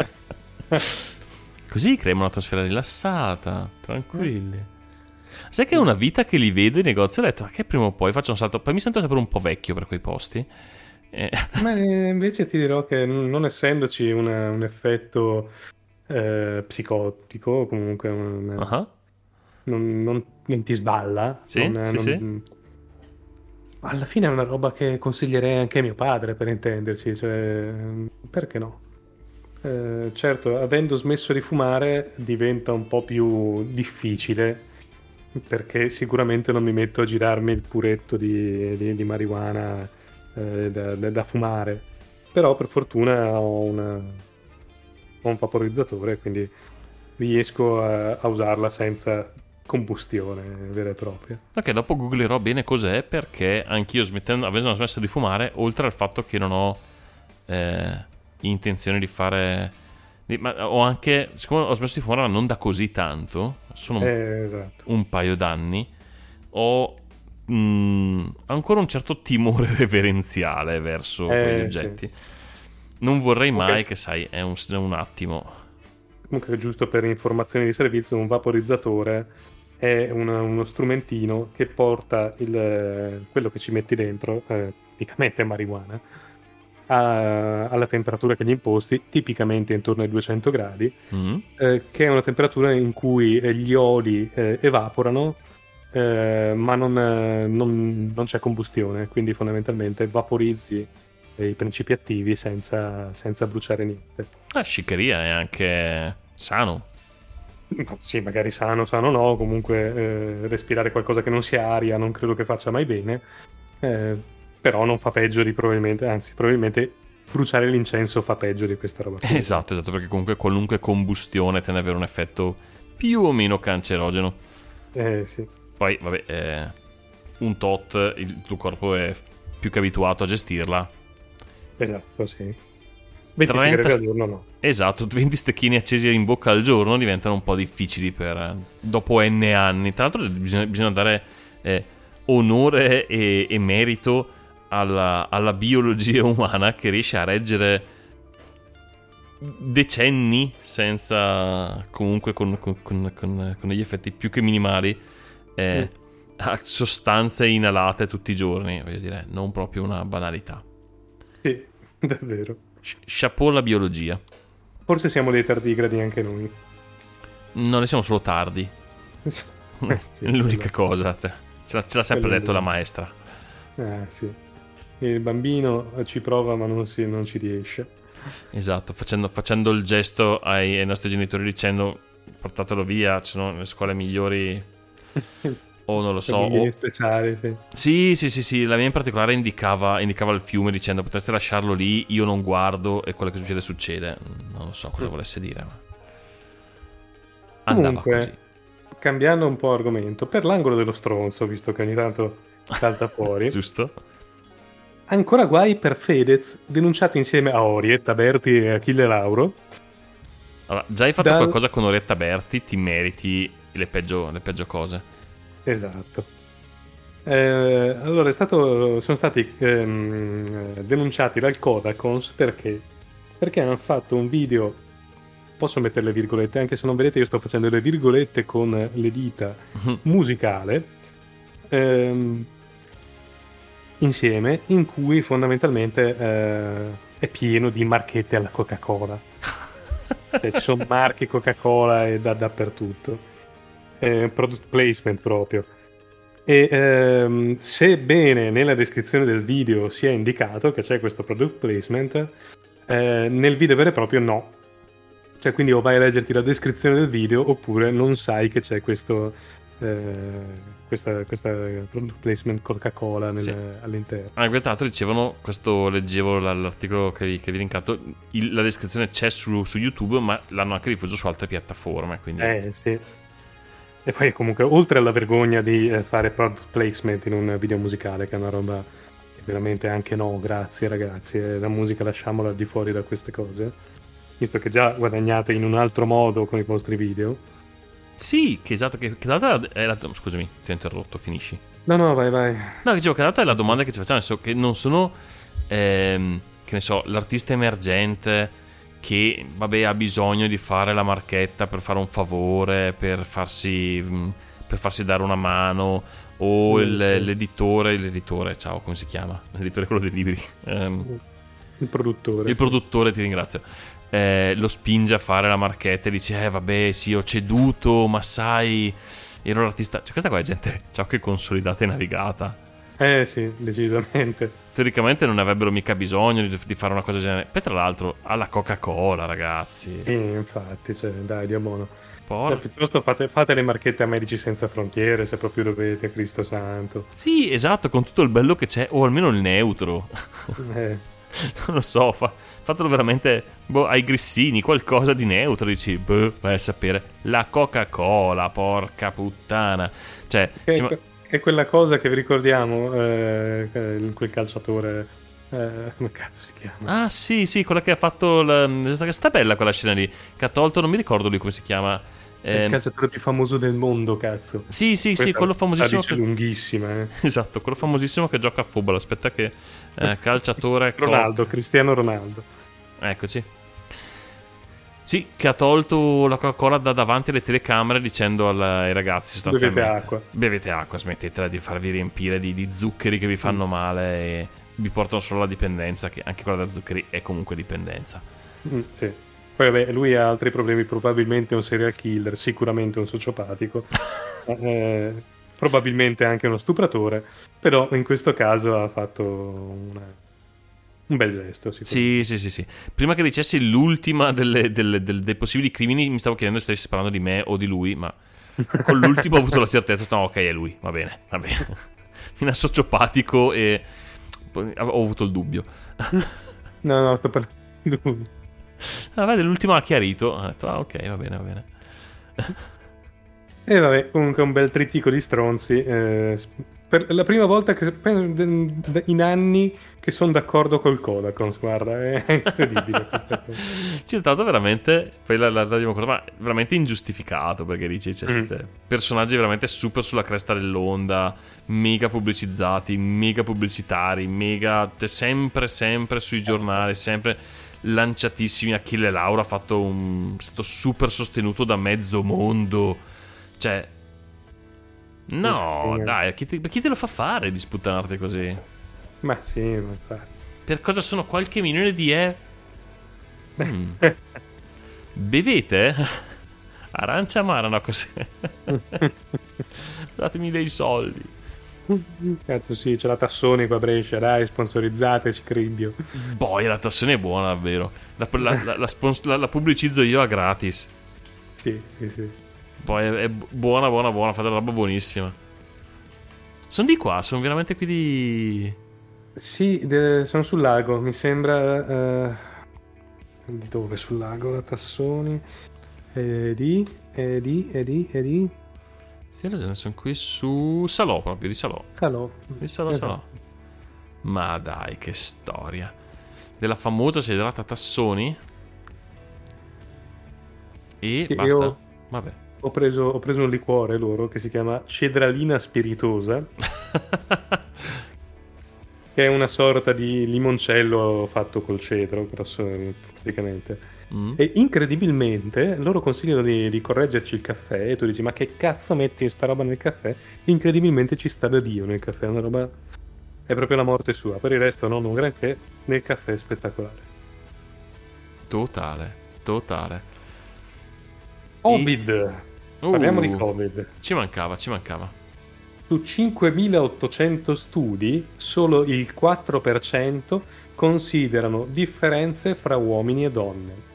Così creiamo un'atmosfera rilassata, tranquilli. Sai che è una vita che li vedo in negozio e ho detto, ma che prima o poi faccio un salto. Poi mi sento sempre un po' vecchio per quei posti. Eh, Ma eh, invece ti dirò che n- non essendoci una- un effetto eh, psicotico, comunque un- ah, non, non- non ti sballa, Sì, non- sì, non- sì. alla fine è una roba che consiglierei anche a mio padre, per intenderci, cioè, perché no? Eh, certo, avendo smesso di fumare diventa un po' più difficile, perché sicuramente non mi metto a girarmi il puretto di, di- di marijuana eh, da, da- da fumare, però per fortuna ho, una- ho un vaporizzatore, quindi riesco a, a usarla senza combustione vera e propria. Ok, dopo googlerò bene cos'è, perché anch'io smettendo, avendo smesso di fumare, oltre al fatto che non ho eh, intenzione di fare... di- ma ho anche, siccome ho smesso di fumare ma non da così tanto, sono un, Eh, esatto. un paio d'anni, ho mm, ancora un certo timore reverenziale verso Eh, quegli sì. oggetti. Non vorrei mai Ok. che, sai, è un, è un attimo... Comunque, giusto per informazioni di servizio, un vaporizzatore è una- uno strumentino che porta il, quello che ci metti dentro, eh, tipicamente marijuana, a- alla temperatura che gli imposti, tipicamente intorno ai duecento gradi, Mm? eh, che è una temperatura in cui eh, gli oli eh, evaporano, eh, ma non, eh, non- non c'è combustione, quindi fondamentalmente vaporizzi eh, i principi attivi senza, senza bruciare niente. Ah, sciccheria, è anche sano. Ma sì, magari sano, sano no, comunque eh, respirare qualcosa che non sia aria non credo che faccia mai bene, eh, però non fa peggio di probabilmente, anzi probabilmente bruciare l'incenso fa peggio di questa roba qui. Esatto, esatto, perché comunque qualunque combustione tende ad avere un effetto più o meno cancerogeno. Eh sì, Poi, vabbè, eh, un tot, il tuo corpo è più che abituato a gestirla. esatto, sì. venti trenta sigarette al giorno no. Esatto, venti stecchini accesi in bocca al giorno diventano un po' difficili per dopo n anni. Tra l'altro bisogna, bisogna dare eh, onore e, e merito alla, alla biologia umana che riesce a reggere decenni senza, comunque con, con, con, con, con degli effetti più che minimali, eh, mm. a sostanze inalate tutti i giorni, voglio dire, non proprio una banalità. Sì, davvero. Chapeau la biologia. Forse siamo dei tardigradi anche noi. Non ne siamo solo tardi. Sì, l'unica quello. cosa, cioè, ce, l'ha, ce l'ha sempre Quello detto lì. la maestra. Eh sì. Il bambino ci prova ma non, si, non ci riesce. Esatto, facendo, facendo il gesto ai, ai nostri genitori dicendo portatelo via, ci sono le scuole migliori o non lo so. O... speciali, sì. sì, sì, sì, sì, la mia in particolare indicava, indicava il fiume dicendo potreste lasciarlo lì, io non guardo e quello che succede succede. Non lo so cosa mm. volesse dire, ma andava comunque, così. Cambiando un po' argomento, per l'angolo dello stronzo, visto che ogni tanto salta fuori. Giusto? Ancora guai per Fedez, denunciato insieme a Orietta Berti e Achille Lauro. Allora, già hai fatto dal... qualcosa con Orietta Berti, ti meriti le peggio, le peggio cose. Esatto. Eh, allora, è stato, sono stati ehm, denunciati dal Kodakons perché? Perché hanno fatto un video, posso mettere le virgolette, anche se non vedete io sto facendo le virgolette con le dita, musicale, ehm, insieme, in cui fondamentalmente eh, è pieno di marchette alla Coca-Cola. Cioè, ci sono marche Coca-Cola e da, dappertutto. Eh, product placement proprio. E ehm, sebbene nella descrizione del video sia indicato che c'è questo product placement, eh, nel video vero e proprio no. Cioè, quindi o vai a leggerti la descrizione del video oppure non sai che c'è questo eh, questa, questa product placement Coca-Cola nel, sì. all'interno. Anche tra l'altro dicevano, questo leggevo l'articolo che vi, che vi linkato, il, la descrizione c'è su, su YouTube, ma l'hanno anche diffuso su altre piattaforme, quindi... Eh sì. E poi comunque, oltre alla vergogna di eh, fare product placement in un video musicale, che è una roba che veramente anche no, grazie ragazzi, eh, la musica lasciamola al di fuori da queste cose, visto che già guadagnate in un altro modo con i vostri video. Sì, che esatto, che, che l'altra è la... Scusami, ti ho interrotto, finisci. No, no, vai, vai. No, che dicevo che l'altra è la domanda che ci facciamo, nel senso che non sono, ehm, che ne so, l'artista emergente che, vabbè, ha bisogno di fare la marchetta per fare un favore, per farsi, per farsi dare una mano, o il, l'editore, l'editore, ciao, come si chiama? L'editore è quello dei libri. Um, il produttore. Il produttore, ti ringrazio. Eh, lo spinge a fare la marchetta e dice, eh vabbè, sì, ho ceduto, ma sai, ero l'artista. Cioè, questa qua è gente, ciao, che consolidata e navigata. Eh sì, decisamente. Teoricamente non avrebbero mica bisogno di, di fare una cosa del genere. Poi tra l'altro alla Coca-Cola, ragazzi. Sì, infatti, cioè, dai, Dio buono. Por... piuttosto fate, fate le marchette a Medici Senza Frontiere, se proprio dovete, Cristo santo. Sì, esatto, con tutto il bello che c'è, o almeno il neutro. Eh. Non lo so, fa, fatelo veramente, boh, ai grissini, qualcosa di neutro, dici, boh, vai a sapere. La Coca-Cola, porca puttana. Cioè, Che, ma... è quella cosa che vi ricordiamo, eh, quel calciatore, eh, come cazzo si chiama? Ah sì, sì, quella che ha fatto la... sta bella quella scena lì, che ha tolto, non mi ricordo lui come si chiama. Eh, il calciatore più famoso del mondo, cazzo. Sì, sì, questa sì, quello famosissimo che... lunghissima, eh. Esatto, quello famosissimo che gioca a football. Aspetta che eh, calciatore Ronaldo, co... Cristiano Ronaldo. Eccoci. Sì, che ha tolto la Coca-Cola da davanti alle telecamere dicendo ai ragazzi sostanzialmente, bevete acqua. Bevete acqua, smettetela di farvi riempire di, di zuccheri che vi fanno mm. male e vi portano solo alla dipendenza, che anche quella da zuccheri è comunque dipendenza. Mm, sì. Poi vabbè, lui ha altri problemi, probabilmente un serial killer, sicuramente un sociopatico, eh, probabilmente anche uno stupratore, però in questo caso ha fatto una, un bel gesto. Sì, sì, sì, sì. Prima che dicessi l'ultima delle, delle, delle, dei possibili crimini mi stavo chiedendo se stessi parlando di me o di lui, ma con l'ultimo ho avuto la certezza, no, ok, è lui, va bene, va bene. Fino a sociopatico e ho avuto il dubbio. No, no, sto parlando di lui. Ah, vede, l'ultimo ha chiarito. Ha detto, ah, ok, va bene, va bene. E vabbè, comunque un bel trittico di stronzi. Eh, per la prima volta che, in anni che sono d'accordo col Kodakons, guarda, è incredibile questa cosa. Ci è stato veramente, poi la, la, la ma veramente ingiustificato, perché dici, c'è mm. personaggi veramente super sulla cresta dell'onda, mega pubblicizzati, mega pubblicitari, mega, cioè, sempre, sempre sui giornali, sempre... lanciatissimi. Achille Lauro ha fatto un... è stato super sostenuto da mezzo mondo. Cioè, no, sì, dai, chi te, chi te lo fa fare di sputtanarti così? Ma sì, ma infatti. Per cosa sono qualche milione di e? Mm. Bevete? Arancia amara, no, così. Datemi dei soldi. Cazzo sì, c'è la Tassoni qua a Brescia, dai, sponsorizzateci, cribbio. Boh, la tassone è buona, davvero. La, la, la, la, spons- la, la pubblicizzo io a gratis. Sì, sì, sì. Poi è, è buona, buona, buona, fate roba buonissima. Sono di qua, sono veramente qui di... Sì, de- sono sul lago, mi sembra... eh, di dove sul lago la Tassoni? E di, e di, e di, e di... Sì, ragione, sono qui su Salò, proprio, di Salò. Salò. Di Salò, Esatto. Salò. Ma dai, che storia. Della famosa cedrata Tassoni. E Sì, basta. io- Vabbè. Ho preso, ho preso un liquore loro che si chiama Cedralina Spiritosa, che è una sorta di limoncello fatto col cedro, grosso, praticamente. Mm. E incredibilmente loro consigliano di, di correggerci il caffè e tu dici ma che cazzo metti sta roba nel caffè? Incredibilmente ci sta da Dio nel caffè, è una roba... è proprio la morte sua. Per il resto non un granché, nel caffè è spettacolare. Totale, totale. Covid, parliamo Uh, di Covid. Ci mancava, ci mancava. Su cinquemilaottocento studi, solo il quattro per cento considerano differenze fra uomini e donne.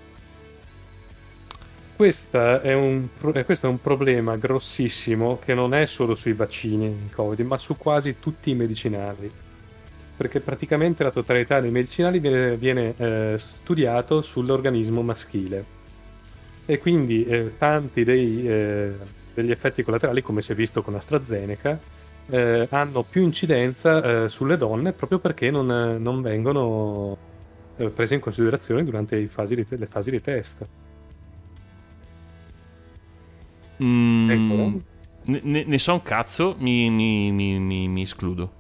Questa è un, pro- eh, questo è un problema grossissimo che non è solo sui vaccini Covid, ma su quasi tutti i medicinali. Perché praticamente la totalità dei medicinali viene, viene, eh, studiato sull'organismo maschile. E quindi eh, tanti dei, eh, degli effetti collaterali, come si è visto con AstraZeneca, eh, hanno più incidenza eh, sulle donne proprio perché non, eh, non vengono eh, prese in considerazione durante i fasi di te- le fasi di test. Mm, Ecco, no? ne, ne- ne so un cazzo, mi, mi, mi, mi, mi escludo.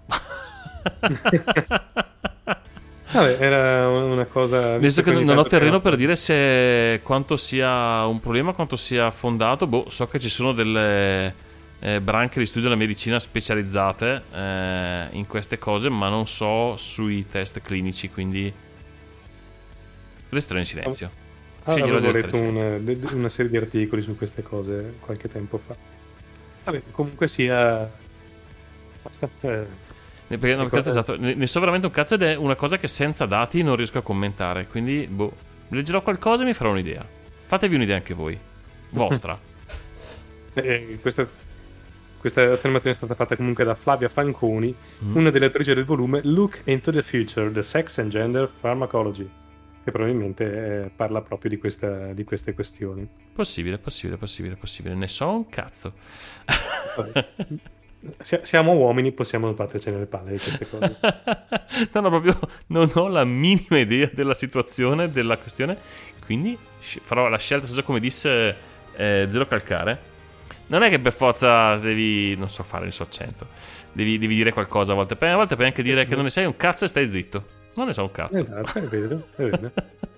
Vabbè, era una cosa... Visto che ogni non ho tanto terreno c'era- per dire se quanto sia un problema, quanto sia fondato, boh, so che ci sono delle eh, branche di studio della medicina specializzate eh, in queste cose, ma non so sui test clinici, quindi resterò in silenzio. Ah, Sceglierò avevo di letto restare in silenzio. una, de- una serie di articoli su queste cose qualche tempo fa. Vabbè, comunque sia... Basta. Eh, Eh, Perché no, Ecco, tanto, eh. esatto, ne, ne so veramente un cazzo ed è una cosa che senza dati non riesco a commentare. Quindi, boh, leggerò qualcosa e mi farò un'idea. Fatevi un'idea anche voi. Vostra. eh, questa, questa affermazione è stata fatta comunque da Flavia Fanconi, Mm. una delle autrici del volume Look into the Future, The Sex and Gender Pharmacology, che probabilmente eh, parla proprio di, questa, di queste questioni. Possibile, possibile, possibile, possibile. Ne so un cazzo. Vabbè. Si- siamo uomini, possiamo sbattercene le palle di queste cose. No, no, proprio non ho la minima idea della situazione, della questione. Quindi sci- farò la scelta, so come disse eh, Zero Calcare. Non è che per forza devi, non so fare il suo accento. Devi, devi dire qualcosa a volte. A volte puoi anche dire che non ne sai un cazzo e stai zitto. Non ne so un cazzo. Esatto, è vero, è vero.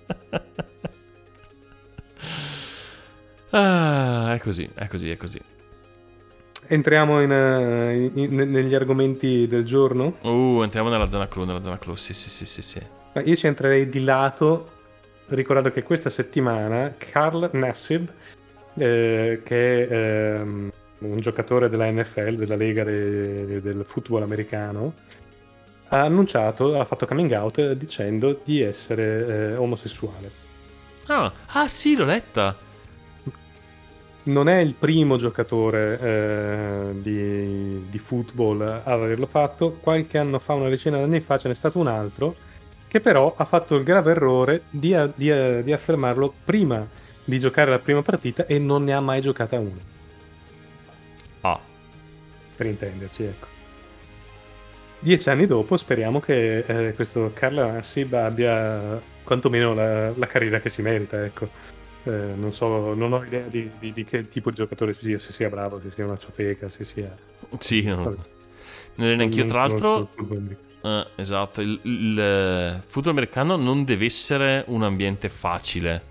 Ah, è così, è così, è così. Entriamo in, eh, in- in- negli argomenti del giorno. Uh, entriamo nella zona clou, nella zona clou. Sì, sì, sì, sì, sì. Ma io ci entrerei di lato, ricordando che questa settimana Carl Nassib, eh, che è ehm, un giocatore della N F L, della Lega de- del football americano, ha annunciato, ha fatto coming out dicendo di essere eh, omosessuale. Ah, ah, sì, l'ho letta. Non è il primo giocatore eh, di, di football a averlo fatto. Qualche anno fa, una decina di anni fa, ce n'è stato un altro che però ha fatto il grave errore di, di- di affermarlo prima di giocare la prima partita e non ne ha mai giocata una, Ah, per intenderci, ecco. Dieci anni dopo speriamo che eh, questo Carl Nassib abbia quantomeno la, la carriera che si merita, ecco. Eh, non so, non ho idea di, di- di che tipo di giocatore sia, se sia bravo, se sia una ciofeca, se sia... sì, no. Vabbè. Non è neanche io. Tra Non- l'altro, non- non- non- Eh, esatto, il, il football americano non deve essere un ambiente facile.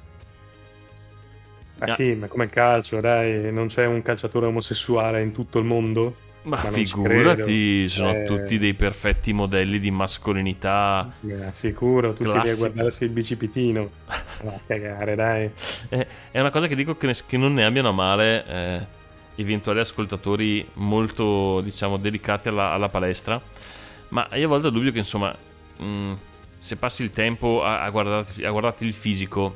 Ah Ah. sì, ma come il calcio, dai, non c'è un calciatore omosessuale in tutto il mondo? Ma, Ma non ci figurati, credo. sono Eh. tutti dei perfetti modelli di mascolinità. Eh, sicuro, tutti lì a Classica. guardarsi il bicipitino. Ma a cagare, dai. Eh, È una cosa che dico che, ne- che non ne abbiano a male eh, eventuali ascoltatori molto, diciamo, dedicati alla, alla palestra. Ma io a volte ho dubbio che, insomma, mh, se passi il tempo a, a, guardarti, a guardarti il fisico,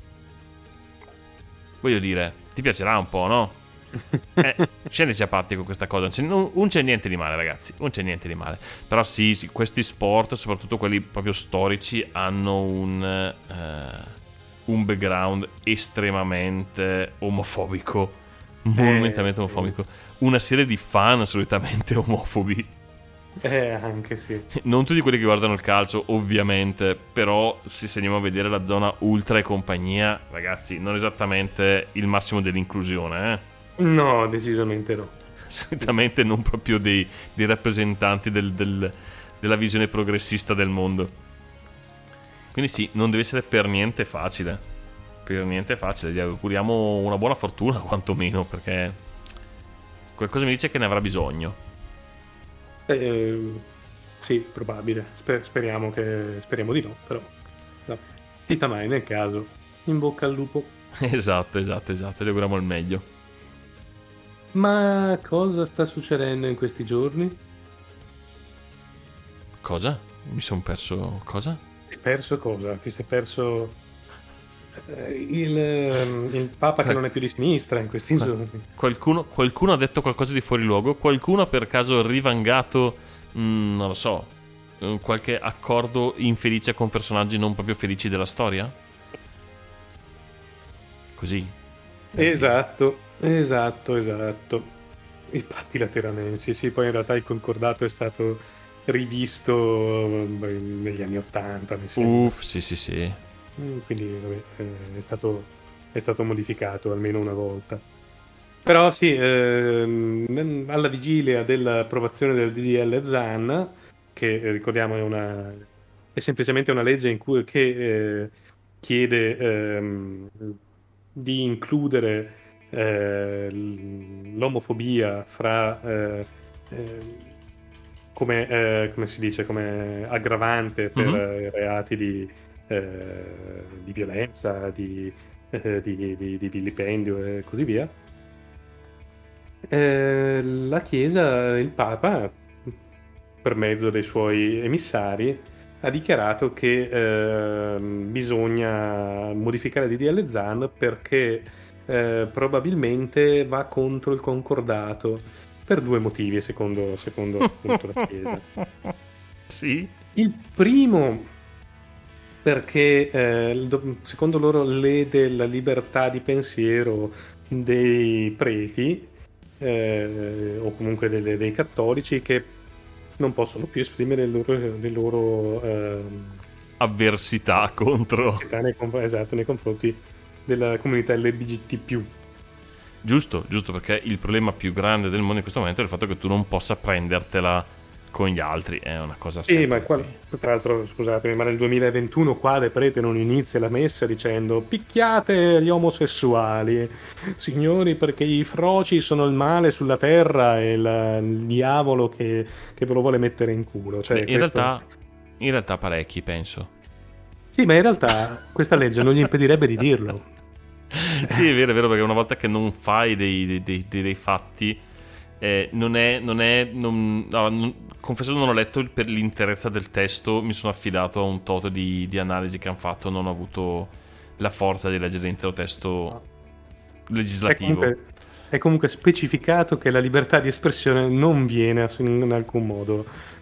voglio dire, ti piacerà un po', no? Eh, scendici a patti con questa cosa. Non c'è, non- non c'è niente di male, ragazzi. Non c'è niente di male. Però sì, sì, questi sport, soprattutto quelli proprio storici, hanno un, eh, un background estremamente omofobico. Monumentalmente Eh, omofobico. Una serie di fan solitamente omofobi. Eh, anche sì. Non tutti quelli che guardano il calcio, ovviamente, però se se andiamo a vedere la zona ultra e compagnia, ragazzi, non esattamente il massimo dell'inclusione, eh? No, decisamente no. Assolutamente non proprio dei, dei rappresentanti del- del- della visione progressista del mondo. Quindi sì, non deve essere per niente facile. Per niente facile. Gli auguriamo una buona fortuna, quantomeno, perché qualcosa mi dice che ne avrà bisogno. Eh, sì, probabile. Sper- speriamo, che, speriamo di no, però. No. Si fa mai nel caso. In bocca al lupo. Esatto, esatto, esatto. Gli auguriamo il meglio. Ma cosa sta succedendo in questi giorni? Cosa? Mi sono perso. Cosa? Ti sei perso cosa? Ti sei perso eh, il, ehm, il Papa che non è più di sinistra in questi giorni. Qualcuno, qualcuno ha detto qualcosa di fuori luogo? Qualcuno ha per caso rivangato, mm, non lo so, eh, qualche accordo infelice con personaggi non proprio felici della storia? Così. Esatto, esatto, esatto. I patti lateralmente, sì, sì, poi in realtà il concordato è stato rivisto beh, negli anni Ottanta, mi sembra. Uff, sì, sì, sì. Mm, Quindi vabbè, eh, è stato, è stato modificato almeno una volta. Però sì, ehm, alla vigilia dell'approvazione del D D L Zan, che eh, ricordiamo è, una, è semplicemente una legge in cui, che eh, chiede ehm, di includere eh, l- l'omofobia fra eh, eh, come, eh, come si dice, come aggravante per Mhm. eh, reati di, eh, di violenza, di, eh, di, di- di vilipendio e così via. Eh, la Chiesa, il Papa, per mezzo dei suoi emissari, ha dichiarato che ehm, bisogna modificare il D D L Zan perché eh, probabilmente va contro il concordato per due motivi, secondo, secondo appunto la Chiesa. Sì. Il primo, perché eh, il do- secondo loro lede la libertà di pensiero dei preti eh, o comunque delle- dei cattolici che non possono più esprimere le loro, le loro ehm, Avversità contro. identità nei, conf- esatto, nei confronti della comunità L G B T più. Giusto, giusto, perché il problema più grande del mondo in questo momento è il fatto che tu non possa prendertela con gli altri. È una cosa Sì, sempre ma qua, tra l'altro, scusatemi, ma nel duemilaventuno qua le prete non inizia la messa dicendo picchiate gli omosessuali, signori, perché i froci sono il male sulla terra e il, il diavolo che, che ve lo vuole mettere in culo. Cioè, Beh, in, questo- realtà, in realtà parecchi, penso. Sì, ma in realtà questa legge non gli impedirebbe di dirlo. Sì, è vero, è vero, perché una volta che non fai dei, dei- dei- dei- dei fatti, eh, non è, non è, non, no, non- confesso non ho letto il- per l'interezza del testo, mi sono affidato a un tot di, di analisi che hanno fatto, non ho avuto la forza di leggere l'intero testo È legislativo. comunque, è comunque specificato che la libertà di espressione non viene ass- in alcun modo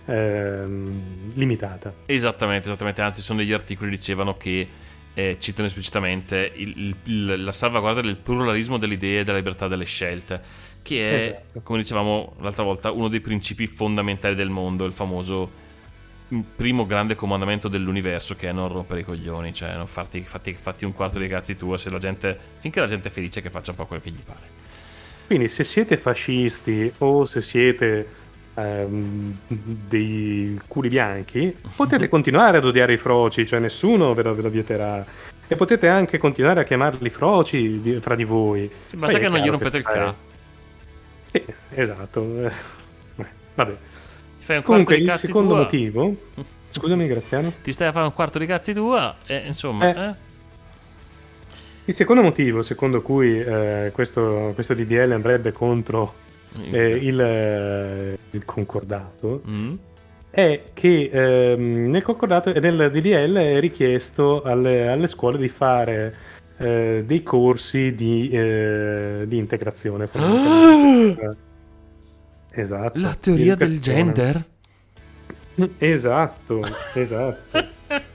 ehm, limitata. Esattamente, esattamente, anzi sono degli articoli che dicevano che eh, citano esplicitamente il- il- il- la salvaguardia del pluralismo delle idee e della libertà delle scelte, che è, Esatto. come dicevamo l'altra volta, uno dei principi fondamentali del mondo, il famoso mm, primo grande comandamento dell'universo, che è non rompere i coglioni, cioè non farti, fatti, fatti un quarto dei cazzi tua, se la gente, finché la gente è felice, che faccia un po' quello che gli pare. Quindi se siete fascisti o se siete ehm, dei culi bianchi, potete continuare ad odiare i froci, cioè nessuno ve lo, ve lo vieterà. E potete anche continuare a chiamarli froci di- fra di voi. Sì, basta Poi che è non gli chiaro rompete il se fai- ca. Sì, esatto. Eh, vabbè. Ti fai un quarto Comunque di il cazzi secondo tua. motivo, scusami Graziano. Ti stai a fare un quarto di cazzi tua e insomma, Eh. eh? Il secondo motivo secondo cui eh, questo, questo D D L andrebbe contro eh, il, eh, il concordato Mm. è che ehm, nel concordato e nel D D L è richiesto alle, alle scuole di fare eh, dei corsi di, eh, di integrazione fondamentalmente. Esatto. La teoria di del educazione. gender? Esatto, esatto.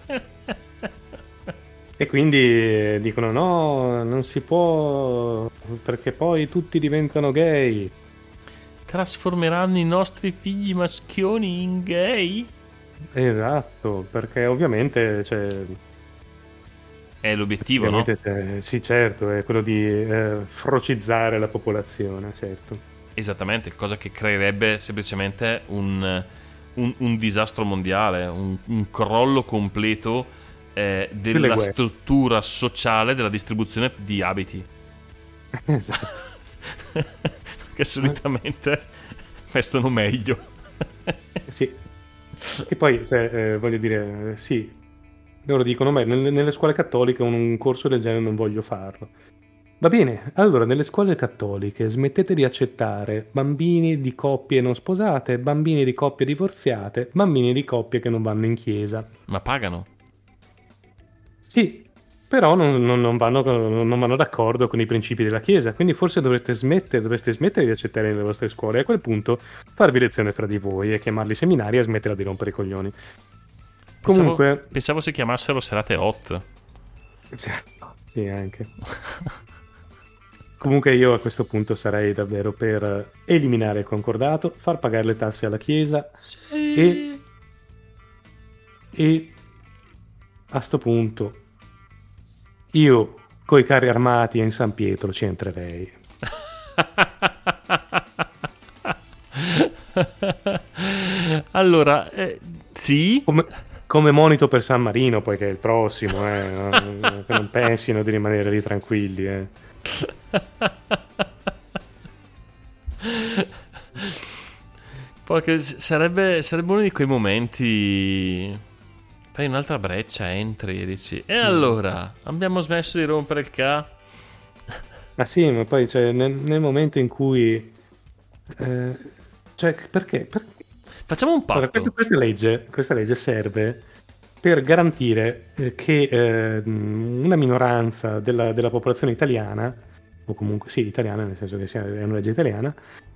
E quindi eh, dicono no, non si può perché poi tutti diventano gay. Trasformeranno i nostri figli maschioni in gay? Esatto, perché ovviamente cioè, È l'obiettivo, no? ovviamente, cioè, sì, certo, è quello di eh, frocizzare la popolazione, certo. Esattamente, cosa che creerebbe semplicemente un, un- un disastro mondiale, un, un crollo completo eh, Delle della guerre. struttura sociale della distribuzione di abiti. Esatto. Che solitamente vestono meglio. Sì. E poi, se, eh, voglio dire, eh, sì, loro dicono, beh, nelle, nelle scuole cattoliche un, un corso del genere non voglio farlo. Va bene, allora nelle scuole cattoliche smettete di accettare bambini di coppie non sposate, bambini di coppie divorziate, bambini di coppie che non vanno in chiesa. Ma pagano? Sì, però non, non- non vanno, non vanno d'accordo con i principi della chiesa, quindi forse dovrete smettere, dovreste smettere di accettare nelle vostre scuole e a quel punto farvi lezione fra di voi e chiamarli seminari e smettere di rompere i coglioni. Pensavo, Comunque, pensavo si chiamassero serate hot. sì, anche. Comunque io a questo punto sarei davvero per eliminare il concordato, far pagare le tasse alla Chiesa e, e a sto punto io coi carri armati in San Pietro ci entrerei. Allora, eh, sì, Come, come monito per San Marino, poi che è il prossimo, eh, no? Che non pensino di rimanere lì tranquilli. Eh. perché sarebbe, sarebbe uno di quei momenti. Fai un'altra breccia, entri e dici: e allora, abbiamo smesso di rompere il ca? Ma sì, ma poi cioè, nel, nel momento in cui... eh, cioè, perché? perché? Facciamo un patto. Allora, questa, questa legge, questa legge serve per garantire eh, che eh, una minoranza della, della popolazione italiana, o comunque sì, italiana, nel senso che sia, è una legge italiana,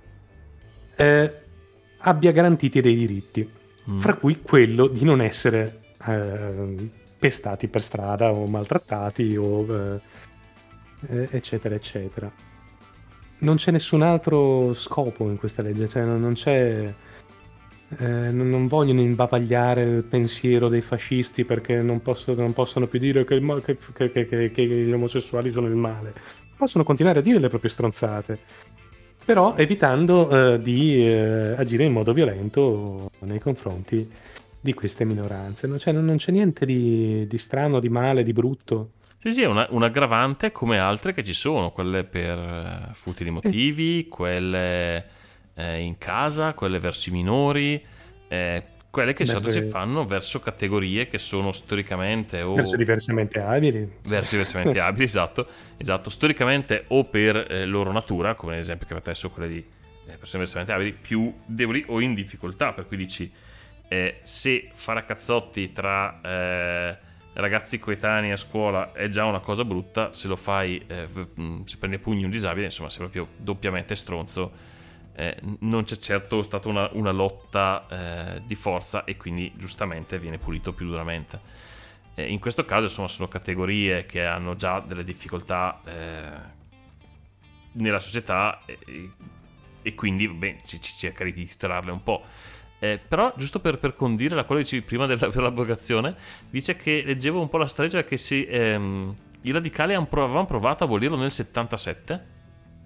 eh, abbia garantiti dei diritti, Mm. fra cui quello di non essere eh, pestati per strada o maltrattati o eh, eh, eccetera eccetera. Non c'è nessun altro scopo in questa legge, cioè non, non c'è eh, non, non vogliono imbavagliare il pensiero dei fascisti perché non, posso- non possono più dire che, il ma- che- che- che- che- che gli omosessuali sono il male. Possono continuare a dire le proprie stronzate, però evitando eh, di eh, agire in modo violento nei confronti di queste minoranze. Non c'è, non c'è niente di, di strano, di male, di brutto. Sì, sì, è una- un aggravante come altre che ci sono, quelle per eh, futili motivi, quelle eh, in casa, quelle verso i minori, eh, quelle che di solito Verso- si fanno verso categorie che sono storicamente o Verso diversamente abili. verso diversamente abili, esatto, esatto, storicamente o per eh, loro natura, come l'esempio che avete adesso, quelle di eh, persone diversamente abili, più deboli o in difficoltà, per cui dici eh, se fare a cazzotti tra eh, ragazzi coetanei a scuola è già una cosa brutta, se lo fai, eh, v- se prendi a pugni un disabile, insomma sei proprio doppiamente stronzo. Eh, non c'è certo stata una, una lotta eh, di forza e quindi giustamente viene pulito più duramente. Eh, in questo caso insomma sono categorie che hanno già delle difficoltà eh, nella società e, e quindi beh, ci, ci cerca di tutelarle un po'. Eh, però giusto per, per condire la quello che dicevi prima della, per l'abrogazione, dice che leggevo un po' la storia, cioè che si, ehm, i radicali han prov- avevano provato a abolirlo nel settantasette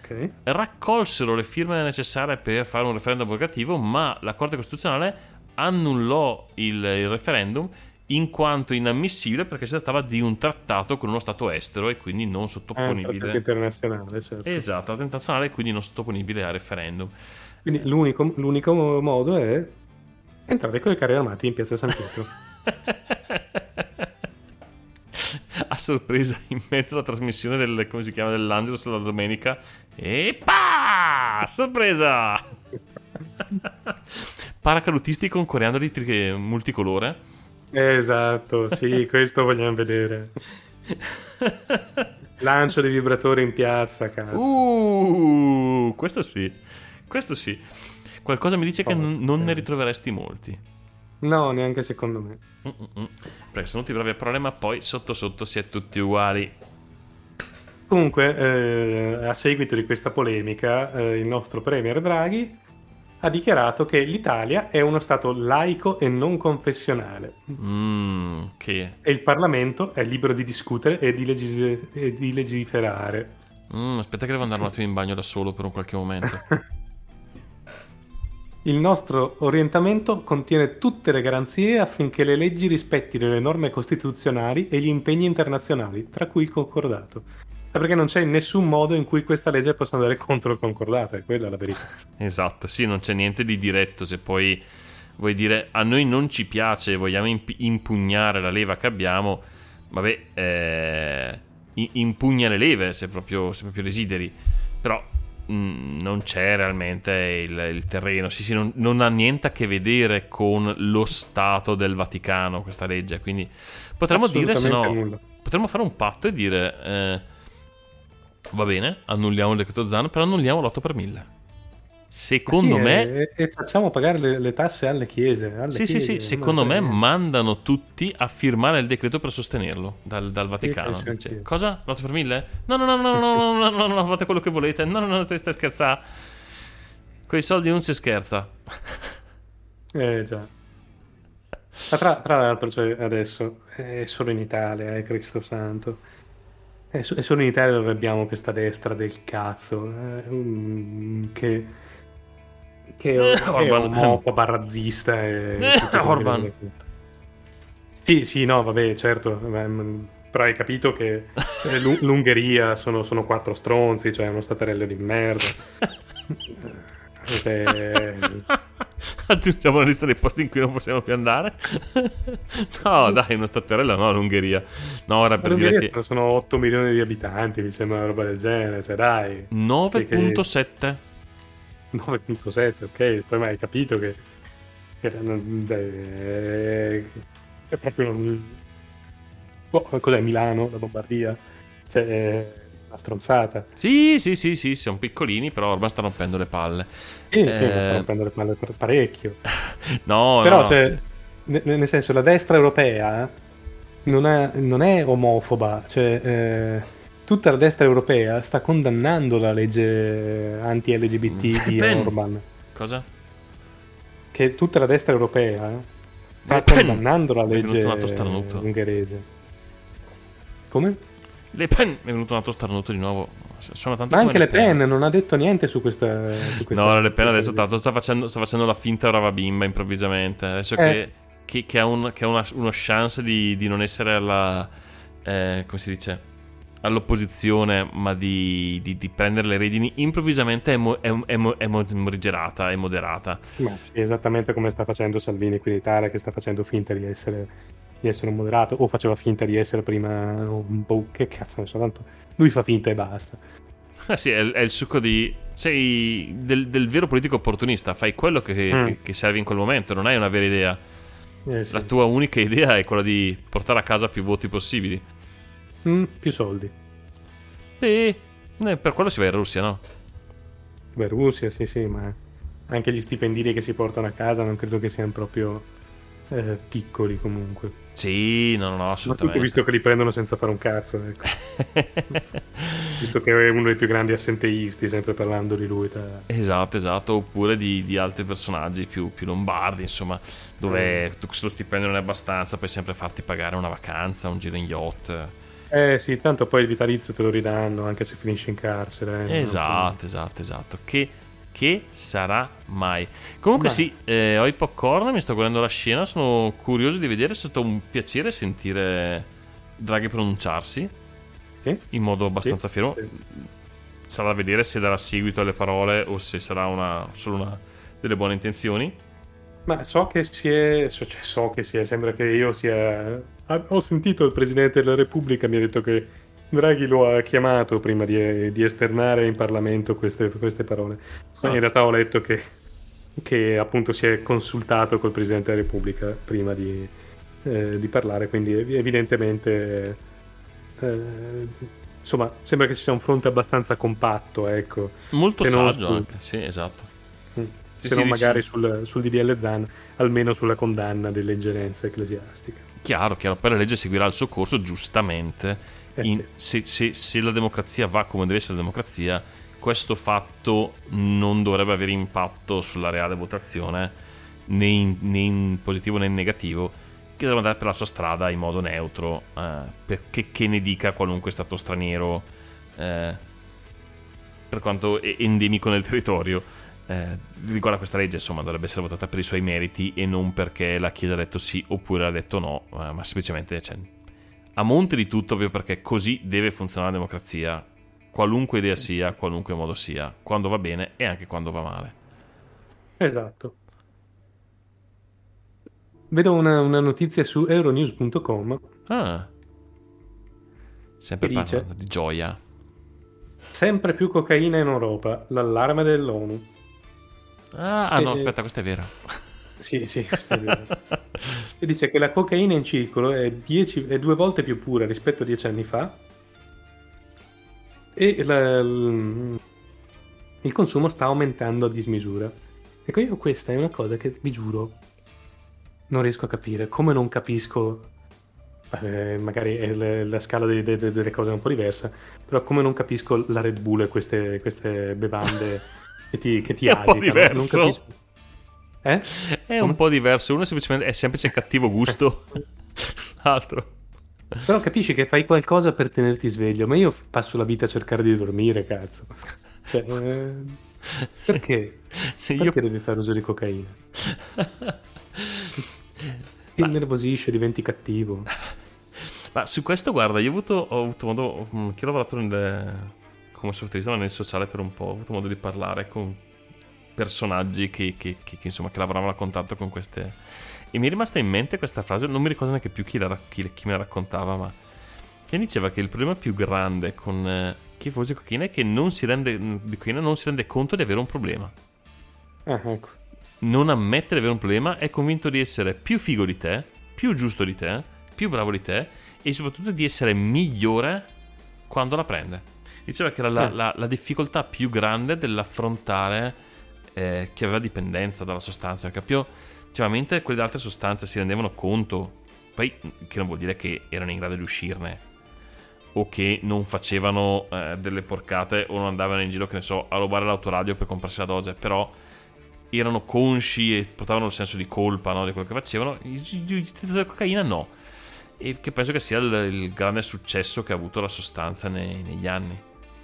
Ok. raccolsero le firme necessarie per fare un referendum abrogativo, ma la Corte Costituzionale annullò il, il referendum in quanto inammissibile perché si trattava di un trattato con uno stato estero e quindi non È un sottoponibile. trattato internazionale, certo. Esatto, trattato internazionale e quindi non sottoponibile a referendum. Quindi l'unico, l'unico modo è entrare con i carri armati in piazza San Pietro. A sorpresa, in mezzo alla trasmissione del, come si chiama, dell'Angelus la domenica, e pa! Sorpresa! Paracadutisti con coriandoli tri- multicolore. Esatto, sì, questo vogliamo vedere. Lancio di vibratori in piazza, cazzo. Uh, questo sì, questo sì. Qualcosa mi dice che Oh, non, non ne ok. ritroveresti molti. No, neanche secondo me. Mm-mm. Perché sono tutti bravi a parole, ma poi sotto sotto si è tutti uguali. Comunque, eh, a seguito di questa polemica, eh, il nostro premier Draghi ha dichiarato che l'Italia è uno stato laico e non confessionale Mm, che e il Parlamento è libero di discutere e di, legis- e di legiferare. mm, aspetta che devo andare un attimo in bagno da solo per un qualche momento. Il nostro orientamento contiene tutte le garanzie affinché le leggi rispettino le norme costituzionali e gli impegni internazionali, tra cui il concordato. Eh, Perché non c'è nessun modo in cui questa legge possa andare contro il concordato, è quella la verità. Esatto, sì, non c'è niente di diretto. Se poi vuoi dire a noi non ci piace, vogliamo imp- impugnare la leva che abbiamo, vabbè, eh, i- impugna le leve se proprio, se proprio desideri. Però mh, non c'è realmente il, il terreno. Sì, sì, non, non ha niente a che vedere con lo Stato del Vaticano questa legge. Quindi potremmo dire, se Assolutamente no, nulla. potremmo fare un patto e dire eh, va bene, annulliamo il decreto Zan, però annulliamo l'otto per mille. Secondo Sì, me e, e facciamo pagare le, le tasse alle chiese. Alle sì, sì, chiese, sì, secondo non me frega. mandano tutti a firmare il decreto per sostenerlo dal, dal Vaticano. penso Dice, anch'io. cosa? l'otto per mille? No, no, no, no, no, no, no, no, no, no, fate quello che volete. No, no, no, stai stai scherzando. Con i soldi non si scherza. Eh già. Ma tra, tra l'altro, cioè, adesso è solo in Italia, eh, Cristo santo. È, so- è solo in Italia dove abbiamo questa destra del cazzo, eh, mm, che, che, Eh, è Orban. omofoba, razzista e Eh, tutto quello che Orban. vuole. Sì, sì, no, vabbè, certo, ma- ma- però hai capito che eh, l'U- l'Ungheria sono, sono quattro stronzi, cioè uno staterello di merda. Cioè, Aggiungiamo la lista dei posti in cui non possiamo più andare. No, dai, uno staterello no, l'Ungheria. No, era per dire l'Ungheria che sono otto milioni di abitanti, mi sembra una roba del genere, cioè dai. nove virgola sette. nove virgola sette, ok, poi ma hai capito che, che non- dai, è proprio un... boh, cos'è Milano, la Lombardia? Cioè, è una stronzata. Sì, sì, sì, sì, sono piccolini, però ormai sta rompendo le palle. Sì, sì, Eh, mi stanno prendere le palle par- parecchio. No, Però, no, no, cioè, sì. ne- nel senso, la destra europea non è, non è omofoba, cioè, eh, tutta la destra europea sta condannando la legge anti-L G B T di Ben. Orban. Cosa? Che tutta la destra europea sta Le Pen. condannando la Mi è venuto legge un altro starnuto. ungherese. Come? Le Pen. Mi è venuto un altro starnuto di nuovo. Suona tanto Ma come anche Le Pen non ha detto niente su questa... Su questa No, Le Pen questa adesso legge. tanto sta facendo, sta facendo la finta brava bimba improvvisamente. Adesso Eh. che, che, che ha, un, che ha una, uno chance di, di non essere alla... eh, come si dice? All'opposizione, ma di, di, di prendere le redini, improvvisamente è, mo, è, è, mo- è mo- morigerata, è moderata. Ma sì, esattamente come sta facendo Salvini qui in Italia, che sta facendo finta di essere, di essere un moderato, o faceva finta di essere prima un po'... Che cazzo ne so, tanto lui fa finta e basta. Eh sì, è, è il succo di... Sei del, del vero politico opportunista, fai quello che, Mm. che, che serve in quel momento, non hai una vera idea. Eh, sì. La tua unica idea è quella di portare a casa più voti possibili. Mm, più soldi. Sì, eh, per quello si va in Russia, no? Beh, Russia, sì, sì, ma anche gli stipendini che si portano a casa non credo che siano proprio eh, piccoli comunque. Sì, no, no, no, Soprattutto assolutamente. visto che li prendono senza fare un cazzo, ecco. Visto che è uno dei più grandi assenteisti, sempre parlando di lui. Tra... Esatto, esatto, oppure di, di altri personaggi più, più lombardi, insomma, dove Mm. tu, se lo stipendio non è abbastanza, puoi sempre farti pagare una vacanza, un giro in yacht. Eh sì, tanto poi il vitalizio te lo ridanno anche se finisci in carcere. eh, Esatto, no? esatto, esatto. Che, che sarà mai? Comunque Ma- sì, eh, ho i popcorn, mi sto guardando la scena, sono curioso di vedere, è stato un piacere sentire Draghi pronunciarsi Sì, in modo sì, abbastanza fermo. sì. Sarà da vedere se darà seguito alle parole o se sarà una, solo una delle buone intenzioni. Ma so che si è, so, cioè, so che si è, sembra che io sia... ah, ho sentito il Presidente della Repubblica, mi ha detto che Draghi lo ha chiamato prima di, di esternare in Parlamento queste, queste parole. Ma in Ah, realtà ho letto che, che appunto si è consultato col Presidente della Repubblica prima di, eh, di parlare, quindi ev- evidentemente... eh, insomma, sembra che ci sia un fronte abbastanza compatto, ecco. molto Se non saggio su- anche, sì, esatto. Mm. Sì, Se sì, non dici- magari sul, sul D D L Zan, almeno sulla condanna delle ingerenze ecclesiastiche. Chiaro, chiaro, poi la legge seguirà il suo corso giustamente. Eh In- sì. se, se- se la democrazia va come deve essere la democrazia, questo fatto non dovrebbe avere impatto sulla reale votazione, né in, né in positivo né in negativo, che deve andare per la sua strada in modo neutro, eh, perché che ne dica qualunque stato straniero, eh, per quanto è endemico nel territorio. Eh, riguardo a questa legge, insomma, dovrebbe essere votata per i suoi meriti e non perché la Chiesa ha detto sì oppure ha detto no, eh, ma semplicemente cioè, a monte di tutto, proprio perché così deve funzionare la democrazia, qualunque idea sia, qualunque modo sia, quando va bene e anche quando va male. Esatto. Vedo una, una notizia su euronews punto com Ah, che sempre dice parlando di gioia. sempre più cocaina in Europa, l'allarme dell'ONU. Ah, ah, E, no, e- aspetta, questo è vero. sì, sì, questo è vero. E dice che la cocaina in circolo è, dieci, è due volte più pura rispetto a dieci anni fa e la- l- il consumo sta aumentando a dismisura. Ecco, io questa è una cosa che vi giuro non riesco a capire. Come non capisco, eh, magari è le- la scala de- de- de- delle cose è un po' diversa, però come non capisco la Red Bull e queste, queste bevande che ti, che ti È un po' agitano. Non diverso. capisco. Eh? È Come? un po' diverso. Uno è semplicemente è semplice cattivo gusto, l'altro. Però capisci che fai qualcosa per tenerti sveglio, ma io f- passo la vita a cercare di dormire, cazzo. Cioè, eh, perché? Se io Perché devi fare uso di cocaina? Ti Ma- innervosisce, diventi cattivo. Ma su questo, guarda, io ho avuto, ho avuto modo, mm, che ho lavorato nel, come softwareista, ma nel sociale per un po', ho avuto modo di parlare con personaggi che, che- che- che, insomma, che lavoravano a contatto con queste... E mi è rimasta in mente questa frase, non mi ricordo neanche più chi, la, rac- chi, chi me la raccontava, ma che diceva che il problema più grande con eh, chi fa uso di cocaina è che non si rende, di cocaina non si rende conto di avere un problema. Ah, ecco. Non ammette di avere un problema, è convinto di essere più figo di te, più giusto di te, più bravo di te e soprattutto di essere migliore quando la prende. Diceva che era la, Eh. la- la difficoltà più grande dell'affrontare eh, chi aveva dipendenza dalla sostanza, perché più, diceva, mentre quelle altre sostanze si rendevano conto, poi che non vuol dire che erano in grado di uscirne o che non facevano eh, delle porcate o non andavano in giro, che ne so, a rubare l'autoradio per comprarsi la dose, però erano consci e portavano il senso di colpa, no, di quello che facevano. I utilizzatori della cocaina no, e che penso che sia il, il grande successo che ha avuto la sostanza nei- negli anni.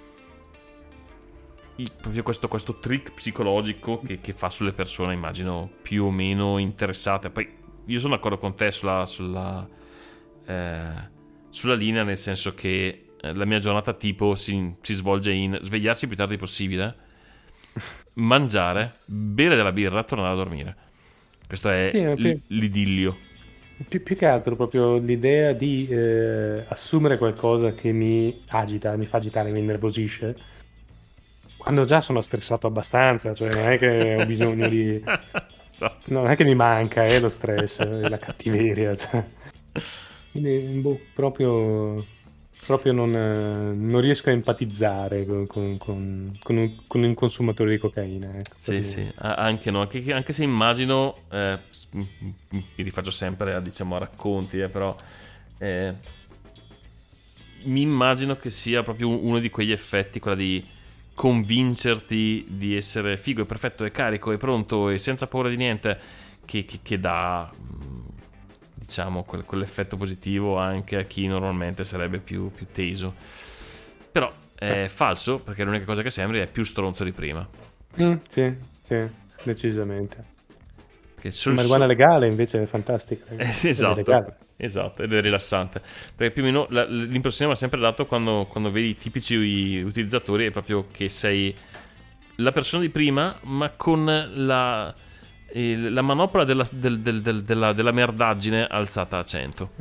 Il- proprio questo, questo trick psicologico che, che fa sulle persone, immagino, più o meno interessate. Poi io sono d'accordo con te sulla, sulla, eh, sulla linea, nel senso che eh, la mia giornata tipo si, si svolge in svegliarsi il più tardi possibile, mangiare, bere della birra, tornare a dormire. Questo è Sì, ma l- più- l'idillio. Più, più che altro proprio l'idea di eh, assumere qualcosa che mi agita, mi fa agitare, mi innervosisce, quando già sono stressato abbastanza, cioè non è che ho bisogno di... Esatto. No, non è che mi manca, è lo stress, è la cattiveria, cioè. Quindi, boh, proprio, proprio non, eh, non riesco a empatizzare con, con- con- con un, con un consumatore di cocaina. Ecco, Sì, per sì, me. a- anche no, anche, anche se immagino, eh, s- m- m- mi rifaccio sempre a, diciamo, a racconti, eh, però eh, mi immagino che sia proprio uno di quegli effetti, quella di convincerti di essere figo e perfetto e carico e pronto e senza paura di niente, che, che, che dà, mh, diciamo quel- quell'effetto positivo anche a chi normalmente sarebbe più, più teso. Però è falso, perché l'unica cosa che sembri è più stronzo di prima. Mm, sì, sì, decisamente. Che La sul- marijuana sul- legale invece è fantastica. Eh, sì, È esatto, legale. esatto, ed è rilassante. Perché più o meno la- l'impressione mi ha sempre dato quando, quando vedi i tipici utilizzatori è proprio che sei la persona di prima, ma con la, il- la manopola della, del- del- del- della, della merdaggine alzata a cento.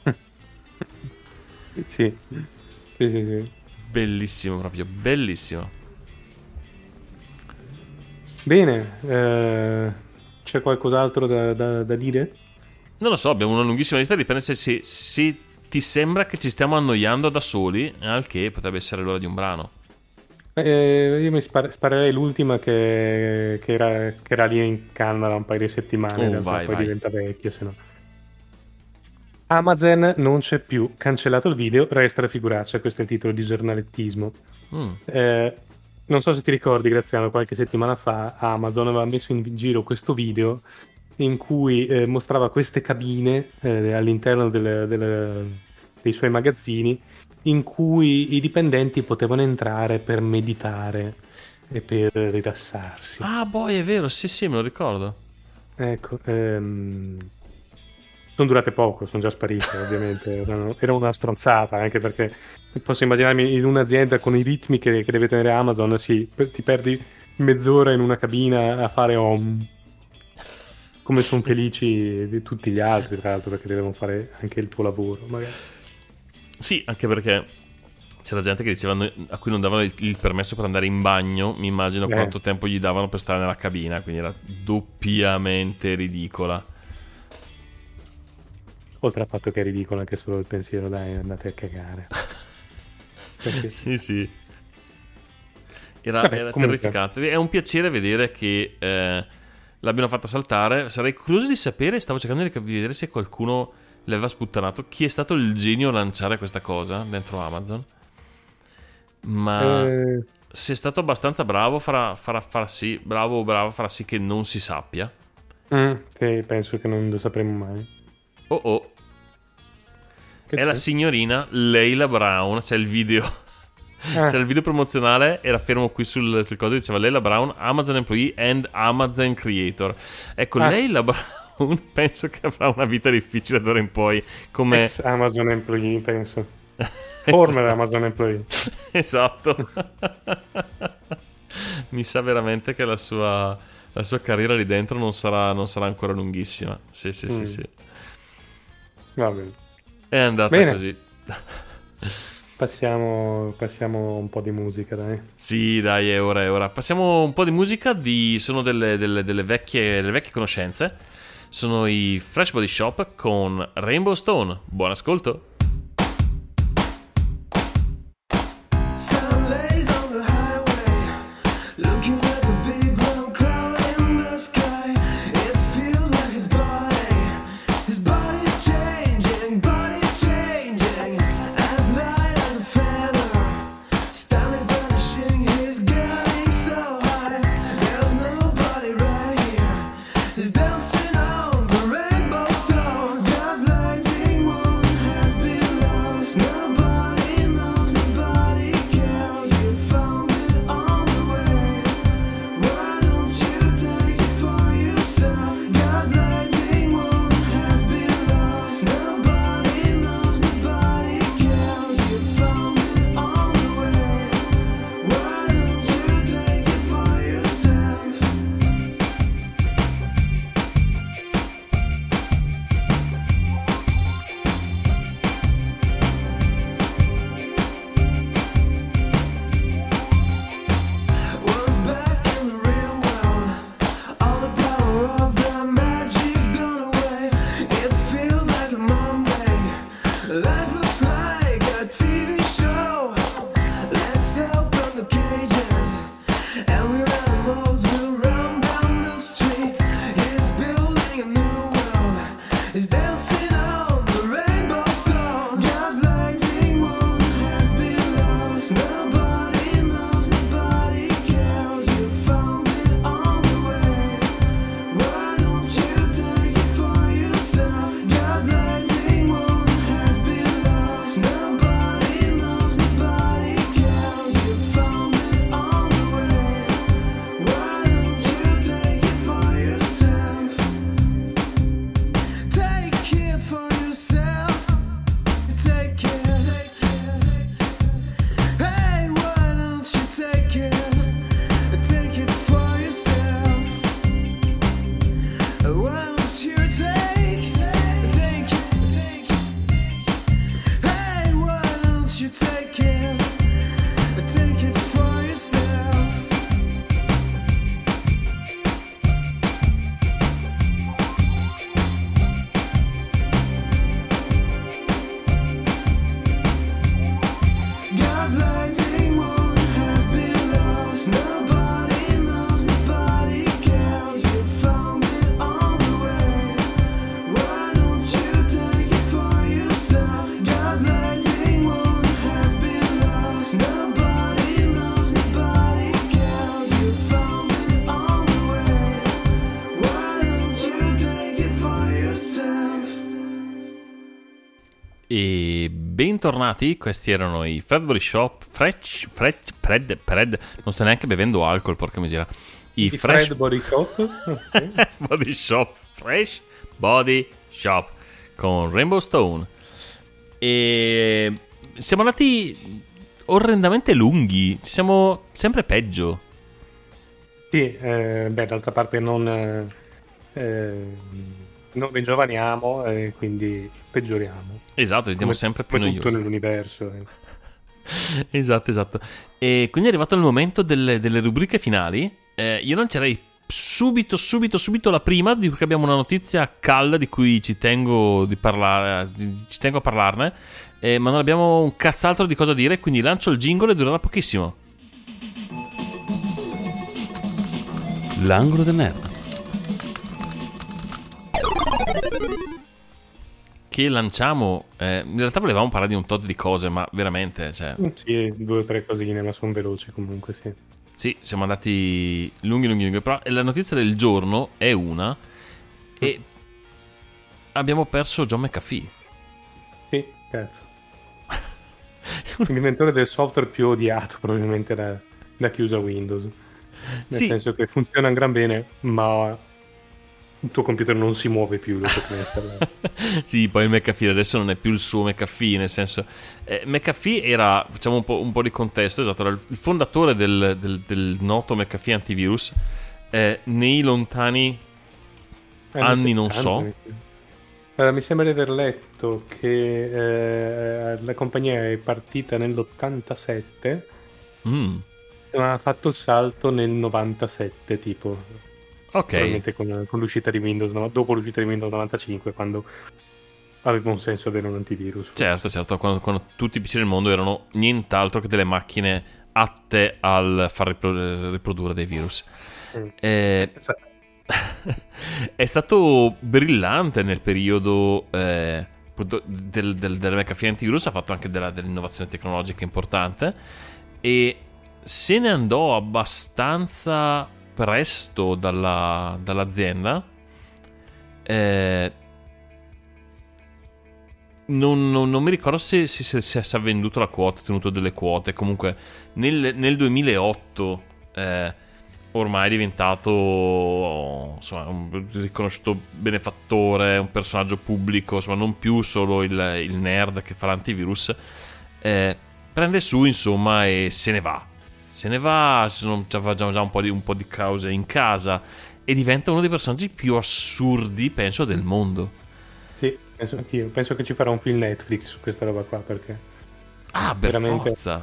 Sì, sì, sì, sì. Bellissimo, proprio bellissimo. Bene, eh, c'è qualcos'altro da, da- da dire? Non lo so, abbiamo una lunghissima lista, dipende se, se, se ti sembra che ci stiamo annoiando da soli, al che potrebbe essere l'ora di un brano. Eh, io mi spar- sparerei l'ultima che, che era, che era lì in canna da un paio di settimane, Oh, in realtà vai, poi vai. diventa vecchia, se no. Amazon non c'è più, cancellato il video, resta la figuraccia, questo è il titolo di giornalettismo. Mm. Eh, non so se ti ricordi, Graziano, qualche settimana fa Amazon aveva messo in giro questo video in cui eh, mostrava queste cabine eh, all'interno del- del- dei suoi magazzini in cui i dipendenti potevano entrare per meditare e per rilassarsi. Ah, boy, è vero, sì, sì, me lo ricordo. Ecco, ehm, sono durate poco, sono già sparite ovviamente, erano- era una stronzata, anche perché posso immaginarmi in un'azienda con i ritmi che, che deve tenere Amazon, sì, per- ti perdi mezz'ora in una cabina a fare om, come sono felici di tutti gli altri, tra l'altro, perché devono fare anche il tuo lavoro, magari. Sì, anche perché c'era gente che diceva noi- a cui non davano il, il permesso per andare in bagno. Mi immagino Eh. quanto tempo gli davano per stare nella cabina, quindi era doppiamente ridicola. Oltre al fatto che è ridicolo anche solo il pensiero, dai, andate a cagare. Perché Sì, sì. Era, Vabbè, era comunque. terrificante. È un piacere vedere che eh, l'abbiano fatta saltare. Sarei curioso di sapere, stavo cercando di cap- di vedere se qualcuno l'aveva sputtanato. Chi è stato il genio a lanciare questa cosa dentro Amazon? Ma Eh, se è stato abbastanza bravo farà, farà, farà sì, bravo o bravo farà sì che non si sappia. mm, sì, penso che non lo sapremo mai. Oh oh, Che è la c'è? signorina Leila Brown. C'è il video. Ah, C'era il video promozionale, era fermo qui sul, sul coso, diceva Leila Brown, Amazon Employee and Amazon Creator. Ecco, Ah. Leila Brown penso che avrà una vita difficile d'ora in poi, come... ex Amazon employee, penso. Former Esatto. Amazon employee. Esatto. Mi sa veramente che la sua, la sua carriera lì dentro non sarà, non sarà ancora lunghissima. Sì, sì, sì, Mm. sì. Va bene. È andata Bene. così. Passiamo, passiamo un po' di musica, dai. Sì, dai, è ora, è ora. Passiamo un po' di musica. Di, sono delle, delle, delle vecchie, delle vecchie conoscenze. Sono i Fresh Body Shop con Rainbow Stone. Buon ascolto. Starlays on the highway, looking at the big round cloud in the sky. It feels like his body, his body's changing, body's changing. As light as a feather, Stanley's vanishing, he's getting so high. There's nobody right here, he's dancing on the rainbow stone. God's lightning one has been E bentornati, questi erano i Fredbury Shop Fresh, Fresh, Fred, Fred, non sto neanche bevendo alcol, porca misera. I, I Fresh Fred Body Shop, sì. Body Shop, Fresh Body Shop con Rainbow Stone. E siamo andati orrendamente lunghi, siamo sempre peggio. Sì, eh, beh, d'altra parte non, eh, eh, non ringiovaniamo e quindi peggioriamo. Esatto, diventiamo Come- sempre più come tutto noiosi. nell'universo. eh. Esatto, esatto. E quindi è arrivato il momento delle, delle rubriche finali. Eh, io lancerei subito, subito, subito la prima, di- perché abbiamo una notizia calda di cui ci tengo di parlare, di- ci tengo a parlarne, eh, ma non abbiamo un cazz'altro di cosa dire, quindi lancio il jingle e durerà pochissimo. L'angolo del nerd. Che lanciamo, eh, in realtà volevamo parlare di un tot di cose, ma veramente, cioè, Sì, due o tre cosine, ma sono veloci comunque, sì. sì, siamo andati lunghi, lunghi, lunghi. Però la notizia del giorno è una. E abbiamo perso John McAfee. Sì, cazzo. L'inventore del software più odiato probabilmente da, da chi usa Windows. Nel Sì. senso che funziona un gran bene, ma il tuo computer non si muove più dopo che l'hai installato. Sì, poi il McAfee adesso non è più il suo McAfee, nel senso, eh, McAfee era, facciamo un po', un po' di contesto, esatto, era il il fondatore del, del- del noto McAfee antivirus, eh, nei lontani anni non so. mi sembra. Allora, mi sembra di aver letto che eh, la compagnia è partita nell'ottantasette, Mm, ma ha fatto il salto nel novantasette, tipo. ok, Probabilmente con, con l'uscita di Windows, no? Dopo l'uscita di Windows novantacinque, quando aveva un senso avere un antivirus. certo, certo, quando, quando tutti i P C del mondo erano nient'altro che delle macchine atte al far ripro- riprodurre dei virus. Mm. Eh, Sa- è stato brillante nel periodo eh, prodo- del, del, del McAfee antivirus, ha fatto anche della, dell'innovazione tecnologica importante e se ne andò abbastanza presto dalla, dall'azienda. Eh, non, non- non mi ricordo se, se, se, se si è venduto la quota, ha tenuto delle quote. Comunque nel, nel duemilaotto eh, ormai è diventato insomma, un riconosciuto benefattore, un personaggio pubblico, insomma non più solo il, il nerd che fa l'antivirus. Eh, prende su insomma e se ne va. Se ne va, ci sono- c'aveva già, già un, po di, un po' di cause in casa e diventa uno dei personaggi più assurdi, penso, del mondo. Sì, penso anch'io. Penso che ci farà un film Netflix su questa roba qua, perché Ah, per Veramente. forza.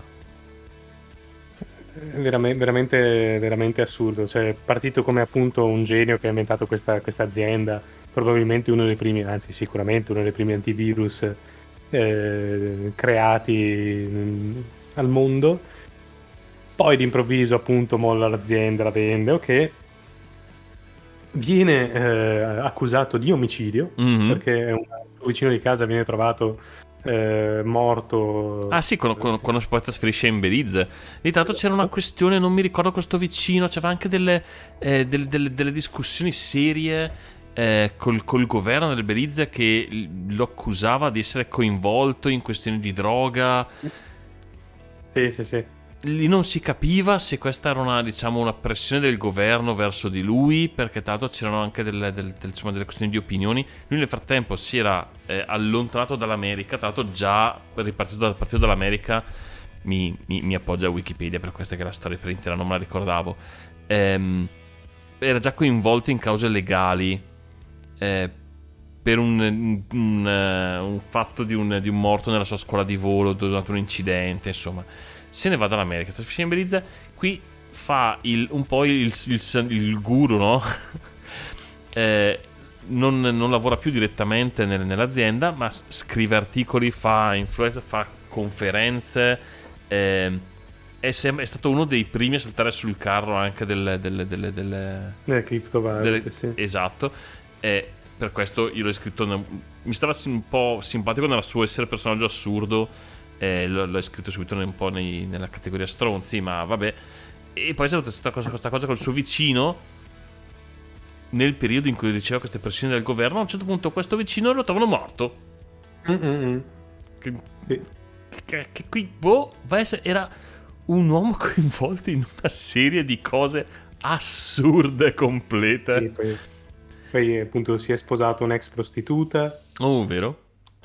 è veramente, veramente, veramente assurdo. Cioè, è partito come appunto un genio che ha inventato questa, questa azienda, probabilmente uno dei primi, anzi sicuramente uno dei primi antivirus eh, creati mm, al mondo. Poi d'improvviso appunto molla l'azienda, la vende, ok. Viene eh, accusato di omicidio, Mhm. perché un vicino di casa viene trovato eh, morto. Ah sì, quando, quando, quando poi trasferisce in Belize. Lì tra l'altro c'era una questione, non mi ricordo questo vicino, c'era anche delle, eh, delle, delle- delle discussioni serie eh, col, col governo del Belize che l- lo accusava di essere coinvolto in questioni di droga. Sì, sì, sì. Lì non si capiva se questa era una, diciamo, una pressione del governo verso di lui, perché tra l'altro c'erano anche delle, del- del- insomma, delle questioni di opinioni. Lui nel frattempo si era eh, allontanato dall'America, tra l'altro già ripartito dal partito dall'America. Mi, mi, mi appoggio a Wikipedia per questa che è la storia per intera, non me la ricordavo. Ehm, era già coinvolto in cause legali eh, per un, un, un, eh, un fatto di un, di un morto nella sua scuola di volo durante un incidente, insomma. Se ne va dall'America, trasferisce in Belize, qui fa il, un po' il, il, il guru, no? eh, non, non lavora più direttamente nel- nell'azienda, ma s- scrive articoli, fa influencer, fa conferenze. ehm, è, sem- è stato uno dei primi a saltare sul carro anche delle... delle, delle, delle, Nelle criptovalute, delle- sì. Esatto. E per questo io l'ho scritto. ne- Mi stava sim- un po' simpatico nel suo essere personaggio assurdo. E l'ho, l'ho scritto subito un po' nei- nella categoria stronzi, ma vabbè. E poi c'è stata questa cosa, questa cosa col suo vicino. Nel periodo in cui riceveva queste pressioni del governo, a un certo punto questo vicino lo trovano morto. Mm-mm. Che, Sì. che, che qui, boh, va a essere, era un uomo coinvolto in una serie di cose assurde, complete. Sì, poi, poi appunto si è sposato un'ex prostituta Oh, vero?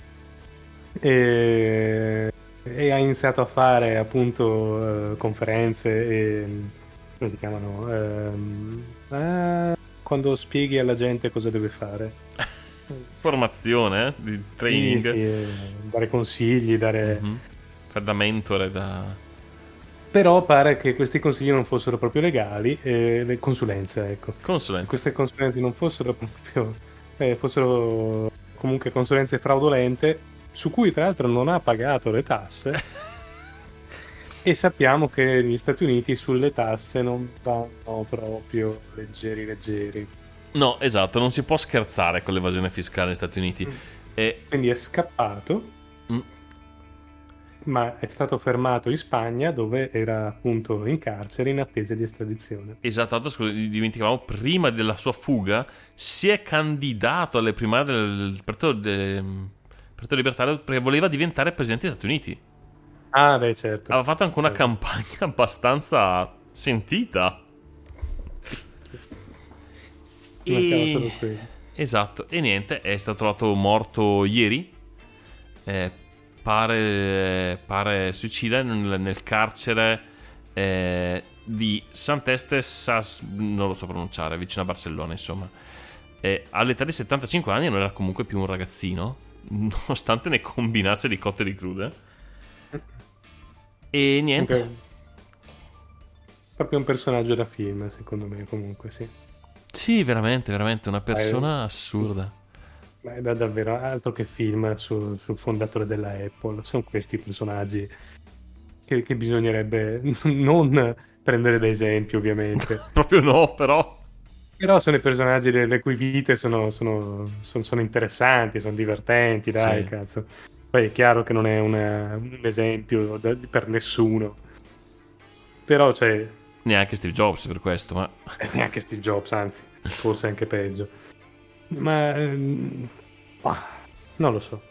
e, e ha iniziato a fare appunto eh, conferenze e come si chiamano? Ehm, ah, quando spieghi alla gente cosa deve fare. Formazione, eh, di training. Sì, sì, eh, dare consigli, dare... Mhm. Fare da mentore, da... Però pare che questi consigli non fossero proprio legali, eh, le consulenze, ecco. consulenza. Queste consulenze non fossero proprio, eh, fossero comunque consulenze fraudolente, su cui tra l'altro non ha pagato le tasse. E sappiamo che negli Stati Uniti sulle tasse non vanno proprio leggeri leggeri. No, esatto, non si può scherzare con l'evasione fiscale negli Stati Uniti. E... Quindi è scappato, mm, ma è stato fermato in Spagna, dove era appunto in carcere in attesa di estradizione. Esatto, altro, scusa, dimenticavamo, prima della sua fuga si è candidato alle primarie del Partito, del Partito Libertario perché voleva diventare presidente degli Stati Uniti. Ah, beh, certo. Aveva fatto anche una Certo. campagna abbastanza sentita. Mancava solo E... quello. Esatto, e niente, è stato trovato morto ieri. Eh, pare, pare suicida nel, nel carcere eh, di Sant'Este Sas, non lo so pronunciare, vicino a Barcellona, insomma. Eh, all'età di settantacinque anni non era comunque più un ragazzino, nonostante ne combinasse di cotte e di crude. E niente. Comunque, proprio un personaggio da film, secondo me, comunque, sì. Sì, veramente, veramente una persona Eh, assurda. Ma è da- davvero altro che film su- sul fondatore della Apple. Sono questi personaggi che, che bisognerebbe non prendere da esempio, ovviamente. Proprio no, però. Però sono i personaggi le, le cui vite sono, sono- sono- sono interessanti, sono divertenti, dai, Sì. cazzo. Poi è chiaro che non è una- un esempio da- per nessuno. Però, cioè, Neanche Steve Jobs per questo, ma... e neanche Steve Jobs, anzi, forse anche peggio. Ma ehm, ah, non lo so.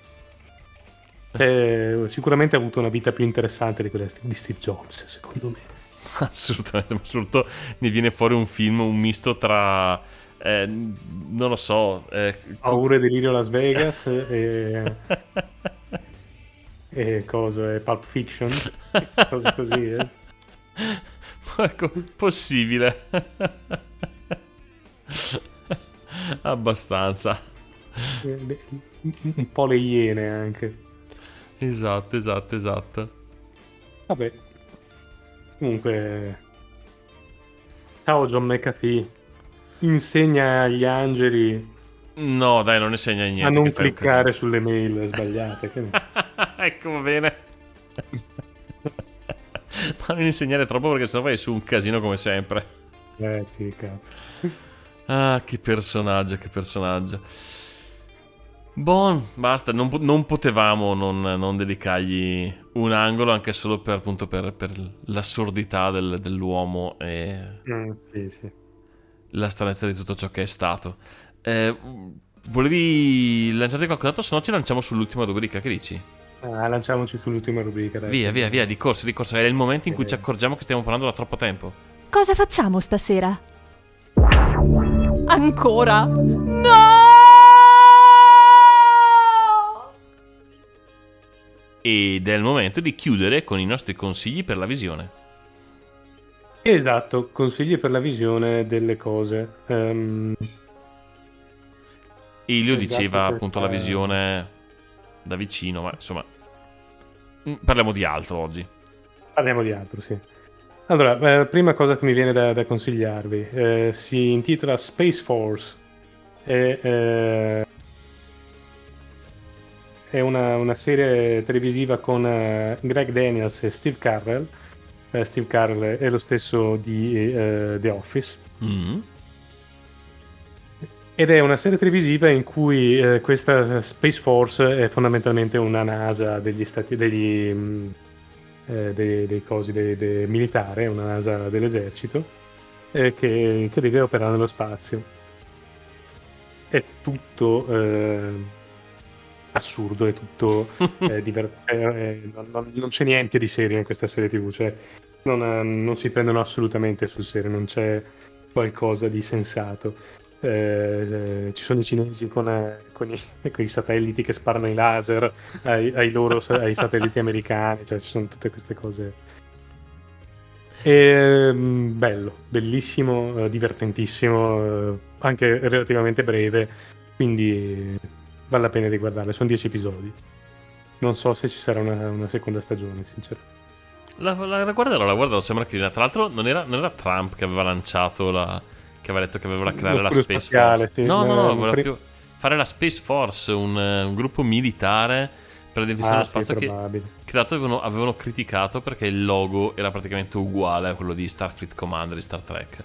Eh, sicuramente ha avuto una vita più interessante di quella di Steve Jobs, secondo me. Assolutamente, ma soprattutto ne viene fuori un film, un misto tra... eh, non lo so... eh, Paura e delirio Las Vegas e, e cosa, e Pulp Fiction, cose così, eh. Ecco, possibile. Abbastanza. Eh, un po' le iene anche. Esatto, esatto, esatto. Vabbè. Comunque, ciao John McAfee. Insegna agli angeli No, dai, non ne segna niente. a non che fai un cliccare sulle mail sbagliate. Che ne- casino. Ecco, va bene. Ma non insegnare troppo perché sennò fai su un casino come sempre. Eh sì, cazzo. Ah, che personaggio, che personaggio. Bon, basta, non, po- non potevamo non, non dedicargli un angolo anche solo per, appunto, per, per l'assurdità del- dell'uomo e Mm, sì, sì. la stranezza di tutto ciò che è stato. Eh, volevi lanciarti qualcos'altro? Se no ci lanciamo sull'ultima rubrica, che dici? Ah, lanciamoci sull'ultima rubrica. Dai. Via, via, via, di corsa, di corsa. È il momento in cui Eh. ci accorgiamo che stiamo parlando da troppo tempo. Cosa facciamo stasera? Ancora? No! Ed è il momento di chiudere con i nostri consigli per la visione. Esatto, consigli per la visione delle cose. Ehm, Elio Esatto, diceva per appunto la fare- visione da vicino, ma insomma mm, parliamo di altro oggi. Parliamo di altro, sì. Allora, eh, prima cosa che mi viene da, da consigliarvi, eh, si intitola Space Force. È, eh, è una, una serie televisiva con eh, Greg Daniels e Steve Carell. Eh, Steve Carell è lo stesso di eh, The Office. Mm. Ed è una serie televisiva in cui eh, questa Space Force è fondamentalmente una NASA degli stati degli mh, eh, dei, dei cosi dei, dei militare, una NASA dell'esercito eh, che, che deve operare nello spazio. È tutto eh, assurdo, è tutto eh, diver- eh, eh, non, non- non c'è niente di serio in questa serie tivù, cioè non, eh, non si prendono assolutamente sul serio, non c'è qualcosa di sensato. Eh, eh, ci sono i cinesi con, eh, con i, con i satelliti che sparano i laser ai, ai loro sa- ai satelliti americani, cioè ci sono tutte queste cose. E, mm, bello, bellissimo, eh, divertentissimo, eh, anche relativamente breve, quindi vale la pena di guardarle. Sono dieci episodi. Non so se ci sarà una, una seconda stagione, sinceramente. La, la, la guarderò, la guarderò, sembra carina. Tra l'altro non era, non era Trump che aveva lanciato la... che aveva detto che aveva creare Lo la scudo Space spaziale, Force. sì. No, no, Eh, no, voleva pri- più fare la Space Force, un, eh, un gruppo militare per la difesa Ah, dello sì, spazio che, probabile. che tra l'altro avevano, avevano criticato perché il logo era praticamente uguale a quello di Starfleet Commander di Star Trek.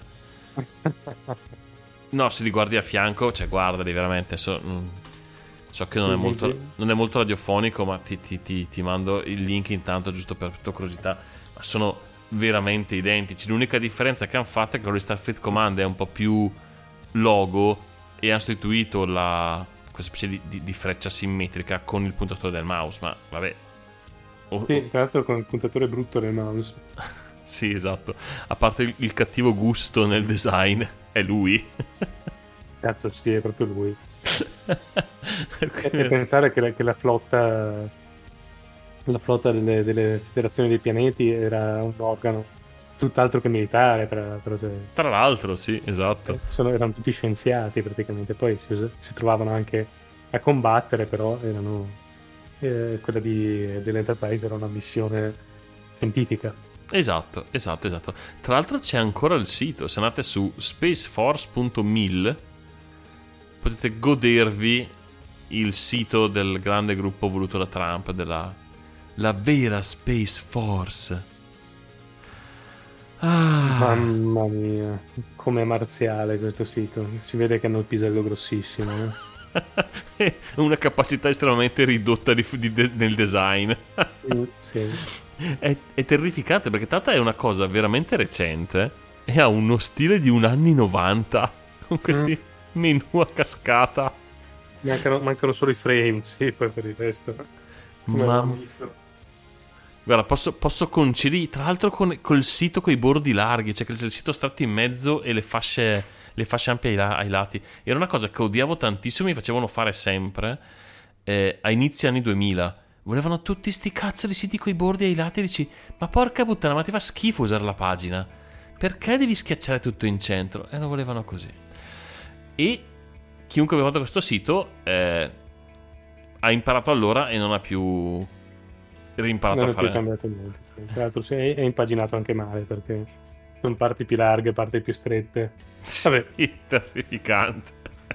No, se li guardi a fianco, cioè guardali veramente. So, mm, so che non, Sì, è sì, molto, sì. non è molto radiofonico, ma ti, ti- ti- ti mando il link intanto giusto per tua curiosità. Ma sono veramente identici. L'unica differenza che hanno fatto è che quello di Starfleet Command è un po' più logo e ha sostituito la, questa specie di, di- di freccia simmetrica con il puntatore del mouse. Ma vabbè. Oh, Sì, tra l'altro con il puntatore brutto del mouse. sì, esatto. A parte il, il cattivo gusto nel design, è lui. Cazzo, sì, è proprio lui. E, e pensare che la, che la flotta la flotta delle, delle federazioni dei pianeti era un organo tutt'altro che militare, tra, tra- cioè, Tra l'altro, sì, esatto. sono- erano tutti scienziati praticamente, poi si, us- si trovavano anche a combattere, però erano eh, quella di, dell'Enterprise era una missione scientifica. Esatto, esatto, esatto. Tra l'altro c'è ancora il sito, se andate su spaceforce punto mil potete godervi il sito del grande gruppo voluto da Trump, della la vera Space Force. Ah, Mamma mia, com'è marziale questo sito. Si vede che hanno il pisello grossissimo. eh. una capacità estremamente ridotta di, di- de- nel design. Mm, sì. È, è terrificante perché tanto è una cosa veramente recente e ha uno stile di un anni novanta con questi menu a cascata. Mancano, mancano solo i frame, sì, poi per il resto. Come Ma abbiamo visto. guarda, posso, posso concedere, tra l'altro con col sito con i bordi larghi, cioè che il sito stretto in mezzo e le fasce, le fasce ampie ai, la- ai lati. Era una cosa che odiavo tantissimo, mi facevano fare sempre eh, a inizi anni duemila. Volevano tutti sti cazzo di siti con i bordi ai lati e dici, ma porca puttana, ma ti fa schifo usare la pagina. Perché devi schiacciare tutto in centro? E lo volevano così. E chiunque aveva fatto questo sito eh, ha imparato allora e non ha più rimparato Non a è più fare. cambiato niente. Sì. Tra l'altro sì, è, è impaginato anche male perché sono parti più larghe, parti più strette. Vabbè. Sì, terrificante.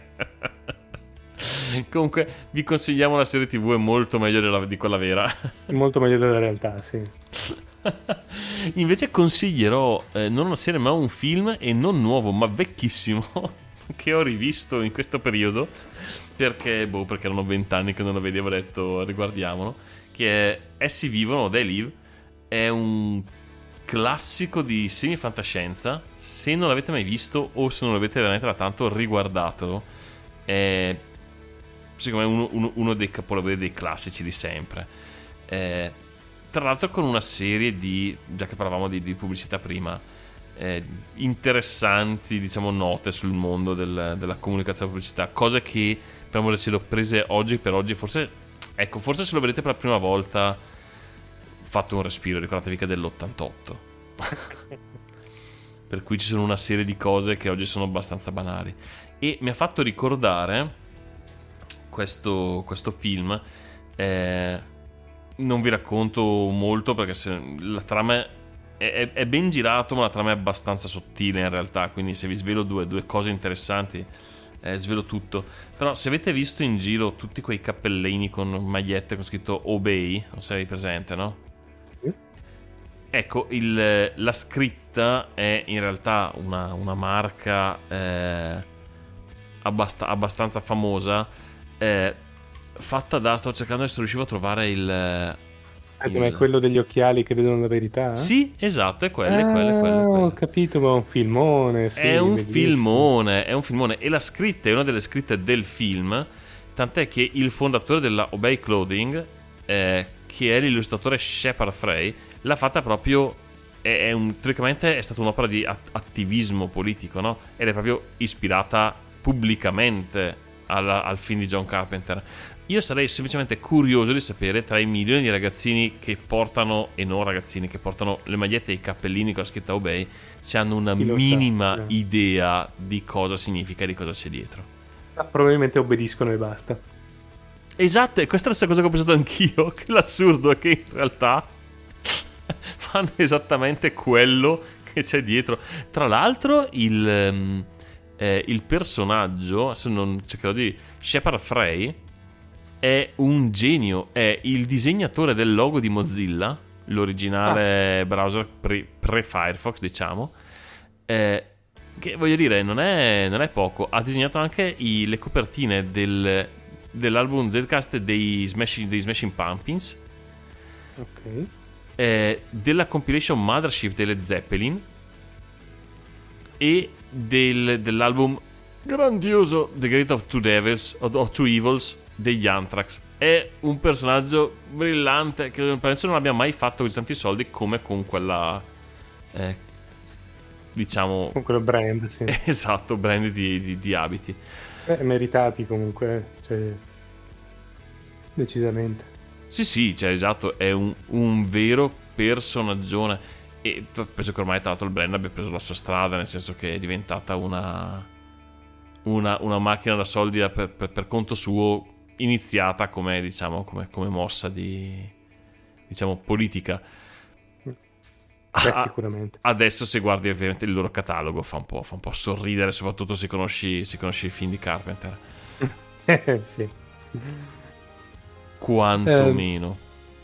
Comunque vi consigliamo la serie tv, è molto meglio della- di quella vera. È molto meglio della realtà, sì. Invece consiglierò eh, non una serie ma un film, e non nuovo ma vecchissimo, che ho rivisto in questo periodo perché, boh, perché erano vent'anni che non lo vedevo, ho detto riguardiamolo, che è Essi vivono, They Live. È un classico di semi-fantascienza. Se non l'avete mai visto o se non l'avete veramente da tanto, riguardatelo. È secondo me uno, uno- uno dei capolavori, dei classici di sempre. Eh, tra l'altro con una serie di, già che parlavamo di, di pubblicità prima, eh, interessanti, diciamo, note sul mondo del- della comunicazione e pubblicità, cose che per amore del cielo prese oggi per oggi, forse, ecco, forse se lo vedete per la prima volta fate un respiro, ricordatevi che è dell'ottantotto. Per cui ci sono una serie di cose che oggi sono abbastanza banali. E mi ha fatto ricordare questo, questo film. eh, non vi racconto molto perché se, la trama è, è- è ben girato, ma la trama è abbastanza sottile in realtà, quindi se vi svelo due, due cose interessanti eh, svelo tutto. Però se avete visto in giro tutti quei cappellini con magliette con scritto Obey, non sei presente, no? Ecco, il- la scritta è in realtà una, una marca eh, abbast- abbastanza famosa, eh, fatta da... Sto cercando se riuscivo a trovare il... Aspetta, ma è quello degli occhiali che vedono la verità? Sì, esatto, è quelle, Ah, quelle, quelle, ho quelle. capito, ma è un filmone. Sì, È un bellissimo. filmone, è un filmone. E la scritta è una delle scritte del film tant'è che il fondatore della Obey Clothing, eh, che è l'illustratore Shepard Frey, l'ha fatta proprio, è, è un, teoricamente è stata un'opera di at- attivismo politico, no? Ed è proprio ispirata pubblicamente alla- al film di John Carpenter. Io sarei semplicemente curioso di sapere, tra i milioni di ragazzini che portano, e non ragazzini, che portano le magliette e i cappellini con la scritta Obey, se hanno una Chi lo sa, minima eh. idea di cosa significa e di cosa c'è dietro. Ah, probabilmente obbediscono e basta. Esatto, e questa è la stessa cosa che ho pensato anch'io, che l'assurdo è che in realtà fanno esattamente quello che c'è dietro. Tra l'altro il, ehm, eh, il personaggio, se non cercherò di... Shepard Frey è un genio, è il disegnatore del logo di Mozilla, l'originale Ah. browser pre- pre-Firefox, diciamo, eh, che voglio dire, non è, non è poco. Ha disegnato anche i- le copertine del, dell'album Zcast dei Smashing, dei Smashing Pumpkins, Ok. eh, della compilation Mothership delle Zeppelin e del- dell'album grandioso The Great of Two Devils o of Two Evils degli Anthrax. È un personaggio brillante che penso non abbia mai fatto così tanti soldi come con quella, eh, diciamo, Con quello brand, sì. esatto, brand di, di- di abiti. Eh, meritati comunque, cioè, decisamente. Sì, sì, cioè, esatto, è un, un vero personaggione. E penso che ormai, tra l'altro, il brand abbia preso la sua strada, nel senso che è diventata una, una, una macchina da soldi da- per, per- per conto suo, iniziata come, diciamo, come, come mossa di, diciamo, politica. Beh, Ah, sicuramente. adesso, se guardi ovviamente il loro catalogo, fa un po', fa un po' sorridere, soprattutto se conosci, se conosci il film di Carpenter. Eh, sì. Quantomeno.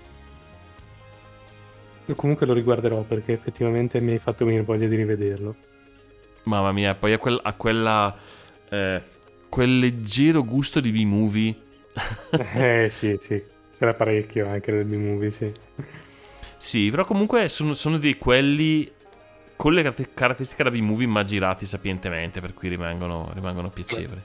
Io comunque lo riguarderò perché effettivamente mi hai fatto venire voglia di rivederlo. Mamma mia, poi ha, quel- ha quella eh, quel leggero gusto di B-movie. Eh sì, sì, c'era parecchio anche del B-movie, sì. Sì, però comunque sono, sono di quelli con le caratter- caratteristiche da B-movie ma girati sapientemente, per cui rimangono, rimangono piacevoli.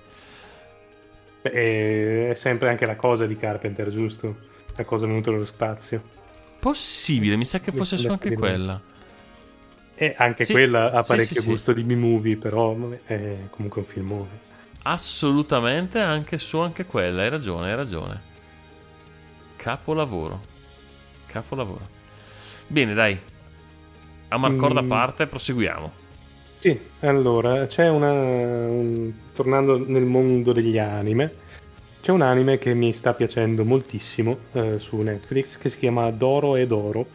Beh, è sempre anche la cosa di Carpenter, giusto? La cosa venuta dallo spazio. Possibile, mi sa che Mi fosse su sembra anche di no. quella. E anche Sì, quella ha sì, parecchio sì, sì. gusto di B-movie, però vabbè, è comunque un filmone. Assolutamente anche su anche quella, hai ragione, hai ragione. Capolavoro. Capolavoro. Bene, dai. A Marcord a Mm. parte, proseguiamo. Sì, allora, c'è una... un- tornando nel mondo degli anime, c'è un anime che mi sta piacendo moltissimo eh, su Netflix che si chiama Doro e Doro.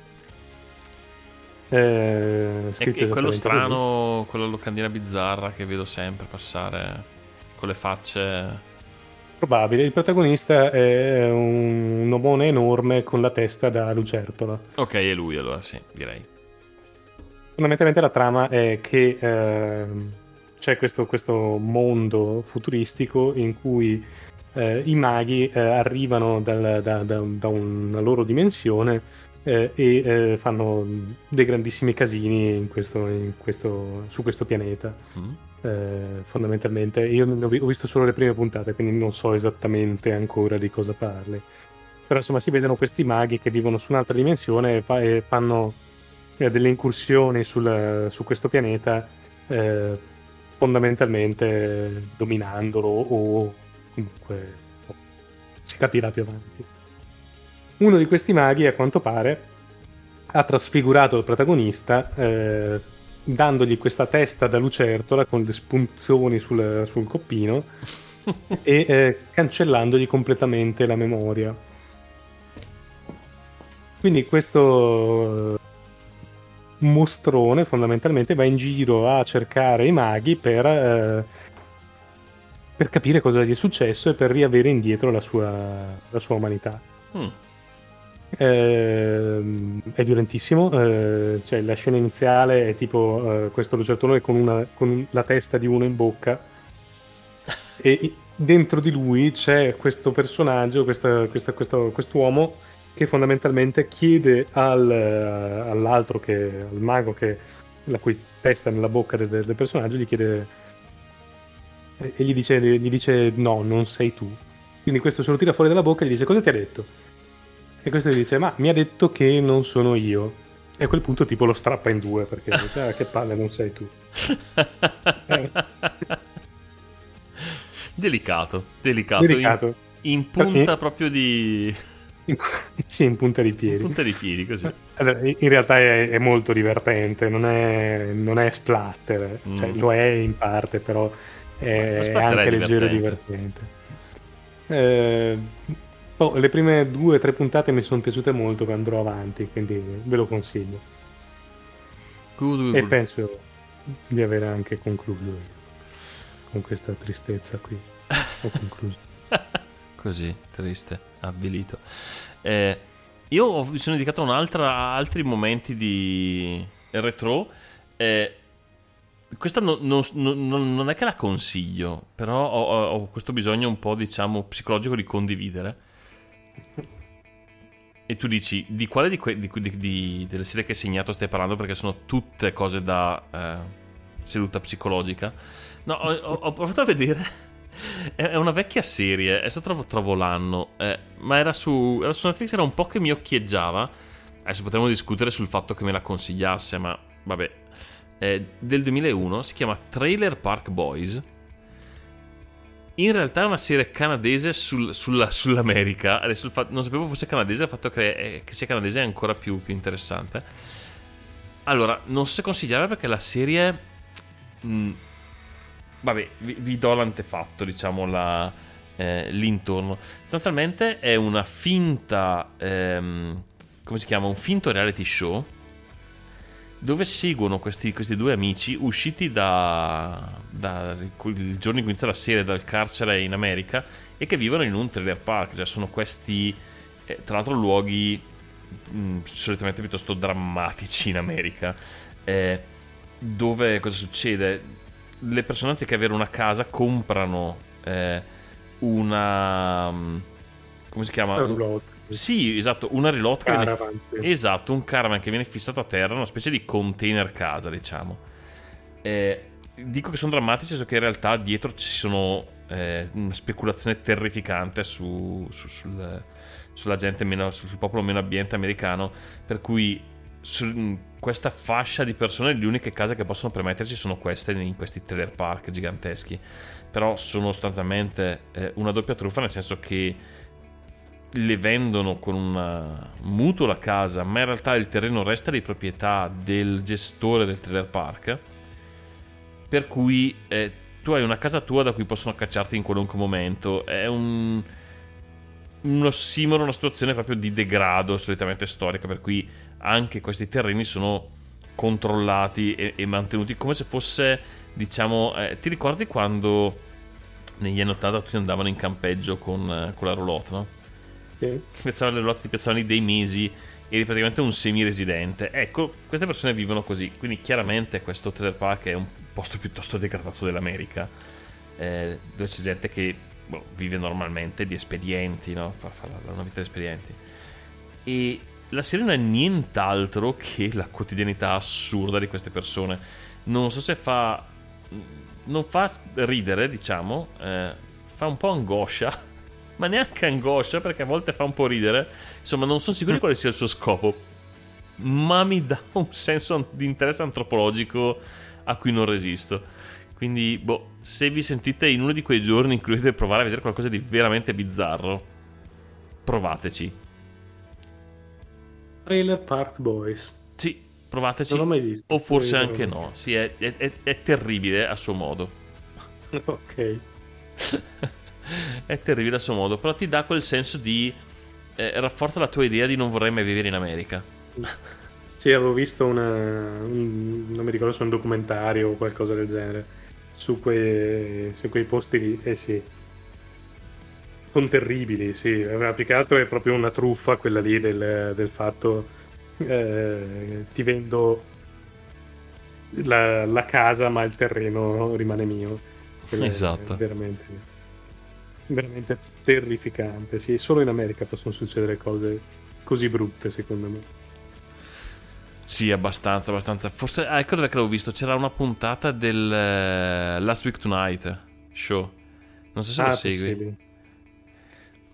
Eh, È, scritto è quello esattamente strano, quella locandina bizzarra che vedo sempre passare con le facce. così. Probabile. Il protagonista è un, un omone enorme con la testa da lucertola. Ok, è lui allora, sì, direi. Fondamentalmente la trama è che ehm, c'è questo, questo mondo futuristico in cui eh, i maghi eh, arrivano dal- da, da- da una loro dimensione eh, e eh, fanno dei grandissimi casini in questo- in questo- su questo pianeta. Mm. Eh, fondamentalmente io ne ho vi- ho visto solo le prime puntate, quindi non so esattamente ancora di cosa parli. Però insomma si vedono questi maghi che vivono su un'altra dimensione e, fa- e fanno eh, delle incursioni sul- su questo pianeta, eh, fondamentalmente eh, dominandolo o comunque oh, si capirà più avanti. Uno di questi maghi, a quanto pare, ha trasfigurato il protagonista eh, dandogli questa testa da lucertola con le spunzoni sul, sul coppino e eh, cancellandogli completamente la memoria. Quindi questo eh, mostrone fondamentalmente va in giro a cercare i maghi per, eh, per capire cosa gli è successo e per riavere indietro la sua, la sua umanità. Mm. Ehm, è violentissimo, eh, cioè la scena iniziale è tipo eh, questo lucertolone con, una, con la testa di uno in bocca e i- dentro di lui c'è questo personaggio, questa- questa- questo quest'uomo che fondamentalmente chiede al, eh, all'altro, che, al mago che la cui testa è nella bocca del, del personaggio, gli chiede e e gli dice, gli dice no, non sei tu. Quindi questo se lo tira fuori dalla bocca e gli dice: cosa ti ha detto? E questo gli dice: ma mi ha detto che non sono io. E a quel punto tipo lo strappa in due, perché dice: ah, che palle, non sei tu. Eh. Delicato, delicato, Delicato. In, in punta Eh. proprio di... Sì, in punta di piedi. punta di piedi, così. Allora, in in realtà è, è molto divertente, non è, non è splatter, cioè Mm. lo è in parte, però è, Lo è splatter è anche leggero e divertente. divertente. Eh, oh, le prime due o tre puntate mi sono piaciute molto, che andrò avanti, quindi ve lo consiglio. Good, good, E good. penso di aver anche concluso io. Con questa tristezza qui. Ho concluso. Così, triste, avvilito. Eh, io ho- mi sono dedicato a un'altra, a altri momenti di retro. Eh, questa no- no- no- non non è che la consiglio, però ho, ho- ho questo bisogno un po', diciamo, psicologico di condividere. E tu dici, di quale di, que- di, di- di- delle serie che hai segnato stai parlando? Perché sono tutte cose da eh, seduta psicologica. No, ho, ho- ho provato a vedere. È è una vecchia serie, adesso trovo, trovo l'anno, eh, ma era su, era su Netflix, era un po' che mi occhieggiava. Adesso potremmo discutere sul fatto che me la consigliasse, ma vabbè. È del duemilauno, si chiama Trailer Park Boys. In realtà è una serie canadese sul- sulla- sull'America. Adesso il fatto- non sapevo fosse canadese, il fatto che, eh, che sia canadese è ancora più, più interessante. Allora, non so se consigliare perché la serie... mh, vabbè, vi, vi do l'antefatto, diciamo, la, eh, l'intorno. Sostanzialmente è una finta... ehm, come si chiama? Un finto reality show dove seguono questi, questi due amici usciti da, da il giorno in cui inizia la serie dal carcere in America e che vivono in un trailer park. Cioè sono questi, eh, tra l'altro, luoghi mh, solitamente piuttosto drammatici in America, eh, dove cosa succede? Le persone, anziché avere una casa, comprano eh, una... come si chiama? Una roulotte. Sì, esatto, una roulotte che viene... Caravan, sì. Esatto, un caravan che viene fissato a terra, una specie di container casa, diciamo. Eh, dico che sono drammatici perché in realtà dietro ci sono eh, una speculazione terrificante su, su- sul, sulla gente meno, sul popolo meno abbiente americano, per cui su questa fascia di persone le uniche case che possono permetterci sono queste in questi trailer park giganteschi. Però sono sostanzialmente eh, una doppia truffa, nel senso che le vendono con un mutuo la casa, ma in realtà il terreno resta di proprietà del gestore del trailer park, per cui eh, tu hai una casa tua da cui possono cacciarti in qualunque momento. È un un ossimoro, una situazione proprio di degrado solitamente storica, per cui anche questi terreni sono controllati e, e mantenuti come se fosse, diciamo, eh, ti ricordi quando negli anni ottanta tutti andavano in campeggio con, eh, con la roulotte, no? Sì. Piazzavano le roulotte, ti piazzavano lì dei mesi, eri praticamente un semi-residente. Ecco, queste persone vivono così, quindi chiaramente questo trailer park è un posto piuttosto degradato dell'America, eh, dove c'è gente che boh, vive normalmente di espedienti, no? Fa, fa la- una vita di espedienti. E la serie non è nient'altro che la quotidianità assurda di queste persone. Non so se fa... non fa ridere, diciamo, eh, fa un po' angoscia, ma neanche angoscia, perché a volte fa un po' ridere. Insomma, non sono sicuro di quale sia il suo scopo, ma mi dà un senso di interesse antropologico a cui non resisto. Quindi, boh, se vi sentite in uno di quei giorni in cui dovete provare a vedere qualcosa di veramente bizzarro, provateci. Trailer Park Boys. Sì, provateci. Non l'ho mai visto. O forse Devo anche vedere. no. Sì, è, è- è- è terribile a suo modo. Ok. È terribile a suo modo, però ti dà quel senso di... eh, rafforza la tua idea di non vorrei mai vivere in America. Sì, avevo visto una, un- non mi ricordo se è un documentario o qualcosa del genere su quei, su quei posti lì. Eh sì, sono terribili, sì. Ma più che altro è proprio una truffa quella lì del, del fatto eh, ti vendo la, la casa ma il terreno rimane mio. Quello è Esatto. veramente, veramente terrificante. Sì, solo in America possono succedere cose così brutte, secondo me. Sì, abbastanza, abbastanza. Forse, ah, ecco dove che l'avevo visto. C'era una puntata del eh, Last Week Tonight show. Non so se lo Ah, segui. possibile.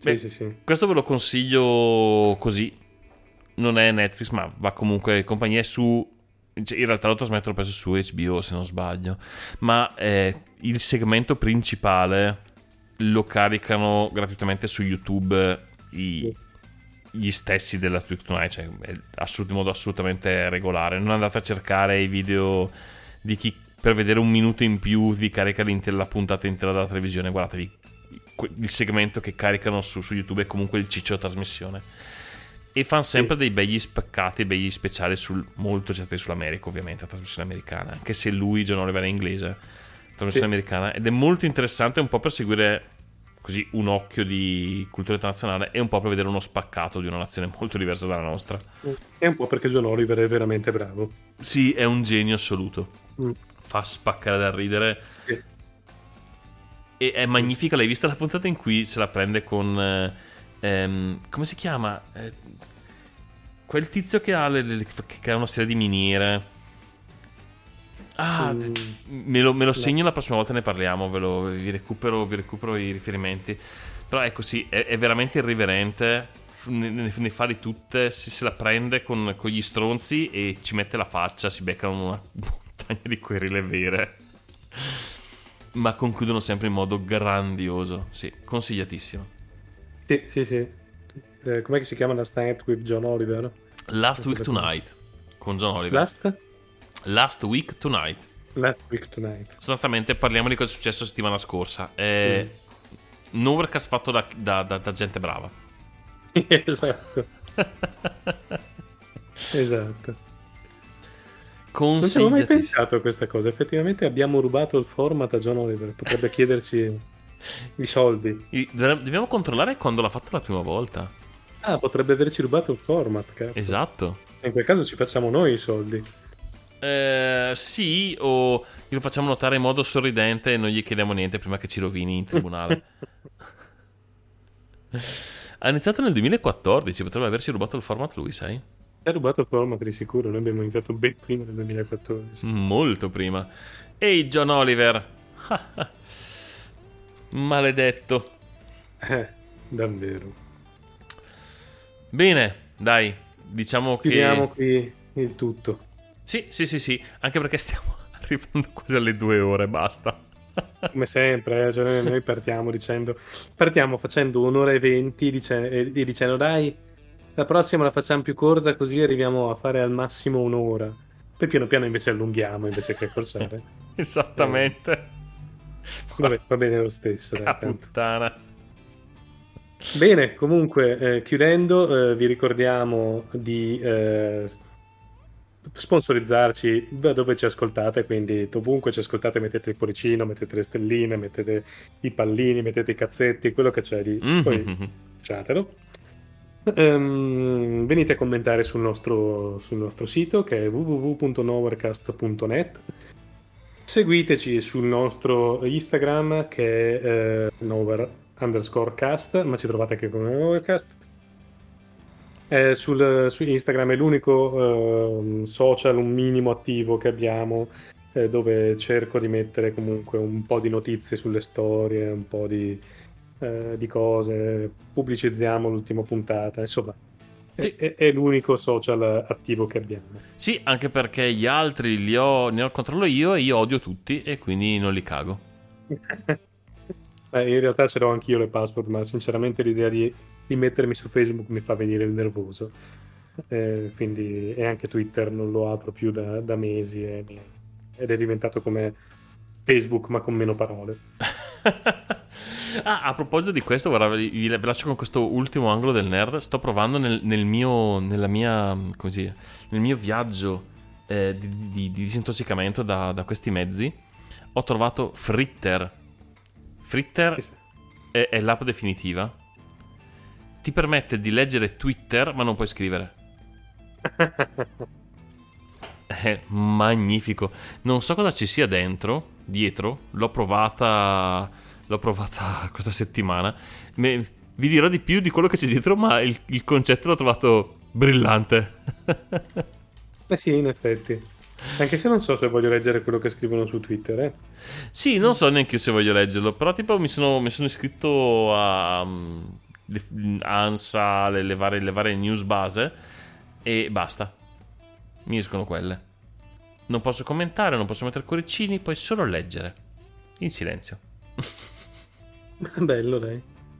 Beh, sì, sì. questo ve lo consiglio così. Non è Netflix, ma va comunque in compagnia, è su... cioè, in realtà lo trasmettono presso su H B O, se non sbaglio. Ma eh, il segmento principale lo caricano gratuitamente su YouTube i, gli stessi della Tweak Tonight, cioè è assolut- in modo assolutamente regolare. Non andate a cercare i video di chi per vedere un minuto in più vi carica l'intera la puntata intera della televisione. Guardatevi il segmento che caricano su, su YouTube, è comunque il ciccio della trasmissione. E fanno sempre dei begli spaccati, begli speciali sul, molto centrati sull'America, ovviamente, la trasmissione americana, anche se lui, John Oliver, è inglese, la trasmissione Sì. americana, ed è molto interessante un po' per seguire così un occhio di cultura internazionale e un po' per vedere uno spaccato di una nazione molto diversa dalla nostra. È un po' perché John Oliver è veramente bravo. Sì, è un genio assoluto, Mm. fa spaccare da ridere. Sì. E è magnifica. L'hai vista la puntata in cui se la prende con eh, ehm, come si chiama? Eh, quel tizio che ha, le, le- che ha una serie di miniere. Ah, Mm. me lo, me lo segno, la prossima volta ne parliamo, ve lo, vi, recupero, vi recupero i riferimenti. Però ecco, sì, è, è veramente irriverente, f- ne, ne- ne fa di tutte, si, se la prende con, con gli stronzi e ci mette la faccia, si beccano una montagna di querele vere, ma concludono sempre in modo grandioso. Sì, consigliatissimo. Sì, sì, sì. Eh, com'è che si chiama Last Night with John Oliver? Last Week Tonight con John Oliver. Last? Last Week Tonight. Last Week Tonight. Sostanzialmente parliamo di cosa è successo settimana scorsa. È un overcast fatto da, da- da- da gente brava. Esatto. Esatto. Non ci avevo mai Consigliatissimo. pensato a questa cosa. Effettivamente abbiamo rubato il format a John Oliver. Potrebbe chiederci i soldi. I- Dobbiamo controllare quando l'ha fatto la prima volta. Ah, potrebbe averci rubato il format, cazzo. Esatto. In quel caso ci facciamo noi i soldi. Eh, sì, o glielo facciamo notare in modo sorridente e non gli chiediamo niente prima che ci rovini in tribunale. Ha iniziato nel duemilaquattordici, potrebbe averci rubato il format lui, sai? Hai rubato il format di sicuro. Noi abbiamo iniziato ben prima del duemilaquattordici. Molto prima. Ehi, John Oliver. Maledetto. Eh, davvero. Bene, dai, diciamo che... Chiudiamo qui il tutto. Sì, sì, sì, sì, anche perché stiamo arrivando quasi alle due ore, basta. Come sempre, eh, cioè noi, noi partiamo dicendo partiamo facendo un'ora e venti dice- e, e dicendo dai, la prossima la facciamo più corta così arriviamo a fare al massimo un'ora. Poi piano piano invece allunghiamo invece che accorciare. Esattamente. Vabbè, va bene lo stesso. dai, Ca tanto. puttana. Bene, comunque, eh, chiudendo, eh, vi ricordiamo di eh, sponsorizzarci da dove ci ascoltate, quindi dovunque ci ascoltate mettete il cuoricino, mettete le stelline, mettete i pallini, mettete i cazzetti, quello che c'è di... Poi Mhm. facciatelo. Ehm, venite a commentare sul nostro, sul nostro sito che è w w w punto nowherecast punto net. Seguiteci sul nostro Instagram che è eh, nowhere underscore cast, ma ci trovate anche come Nowherecast. Eh, sul, su Instagram è l'unico eh, social un minimo attivo che abbiamo, eh, dove cerco di mettere comunque un po' di notizie sulle storie, un po' di, eh, di cose, pubblicizziamo l'ultima puntata, insomma Sì. è, è l'unico social attivo che abbiamo. Sì, anche perché gli altri li ho, ne ho il controllo io e io odio tutti e quindi non li cago. Eh, in realtà ce l'ho anch'io le password, ma sinceramente l'idea di, di mettermi su Facebook mi fa venire il nervoso. Eh, quindi, e anche Twitter non lo apro più da, da mesi e- ed è diventato come Facebook ma con meno parole. Ah, a proposito di questo, guarda, vi, vi lascio con questo ultimo angolo del nerd. Sto provando nel, nel mio nella mia come si dice, nel mio viaggio eh, di, di- di disintossicamento da, da questi mezzi. Ho trovato Fritter. Fritter è, è l'app definitiva. Ti permette di leggere Twitter, ma non puoi scrivere. È magnifico. Non so cosa ci sia dentro, dietro. L'ho provata, l'ho provata questa settimana. Me- vi dirò di più di quello che c'è dietro, ma il, il concetto l'ho trovato brillante. Eh sì, in effetti. Anche se non so se voglio leggere quello che scrivono su Twitter, eh. Sì, non so neanche io se voglio leggerlo, però tipo mi sono, mi sono iscritto a um, le- ANSA, le, le varie, le varie news base, e basta. Mi escono quelle. Non posso commentare, non posso mettere cuoricini, puoi solo leggere in silenzio. Bello, dai.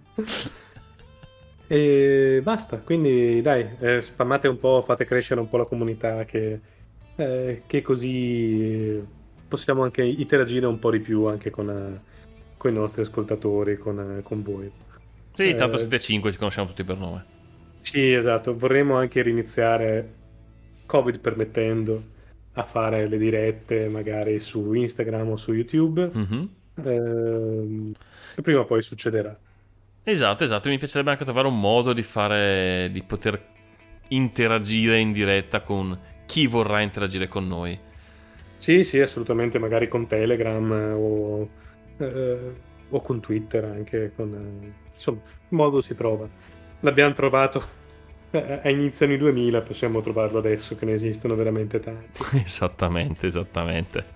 E basta, quindi dai, eh, spammate un po', fate crescere un po' la comunità, che, eh, che così possiamo anche interagire un po' di più anche con, eh, con i nostri ascoltatori, con, eh, con voi. Sì, tanto Eh, siete cinque, ci conosciamo tutti per nome. Sì, esatto, vorremmo anche riniziare, Covid permettendo, a fare le dirette magari su Instagram o su YouTube. Mhm. Ehm, e prima o poi succederà. Esatto, esatto, mi piacerebbe anche trovare un modo di fare, di poter interagire in diretta con chi vorrà interagire con noi. Sì, sì, assolutamente, magari con Telegram, eh, o, eh, o con Twitter anche, con, eh, insomma, il modo si trova. L'abbiamo trovato eh, a inizio anni duemila, possiamo trovarlo adesso che ne esistono veramente tanti. Esattamente, esattamente.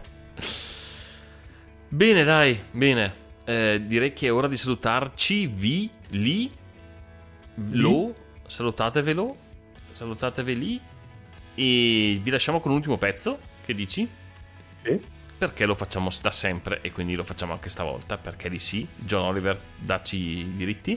Bene, dai, bene. Eh, direi che è ora di salutarci. Vi, li, lo, salutatevelo, salutateveli. E vi lasciamo con un ultimo pezzo. Che dici? Sì. Perché lo facciamo da sempre e quindi lo facciamo anche stavolta. Perché di sì, John Oliver, dacci i diritti.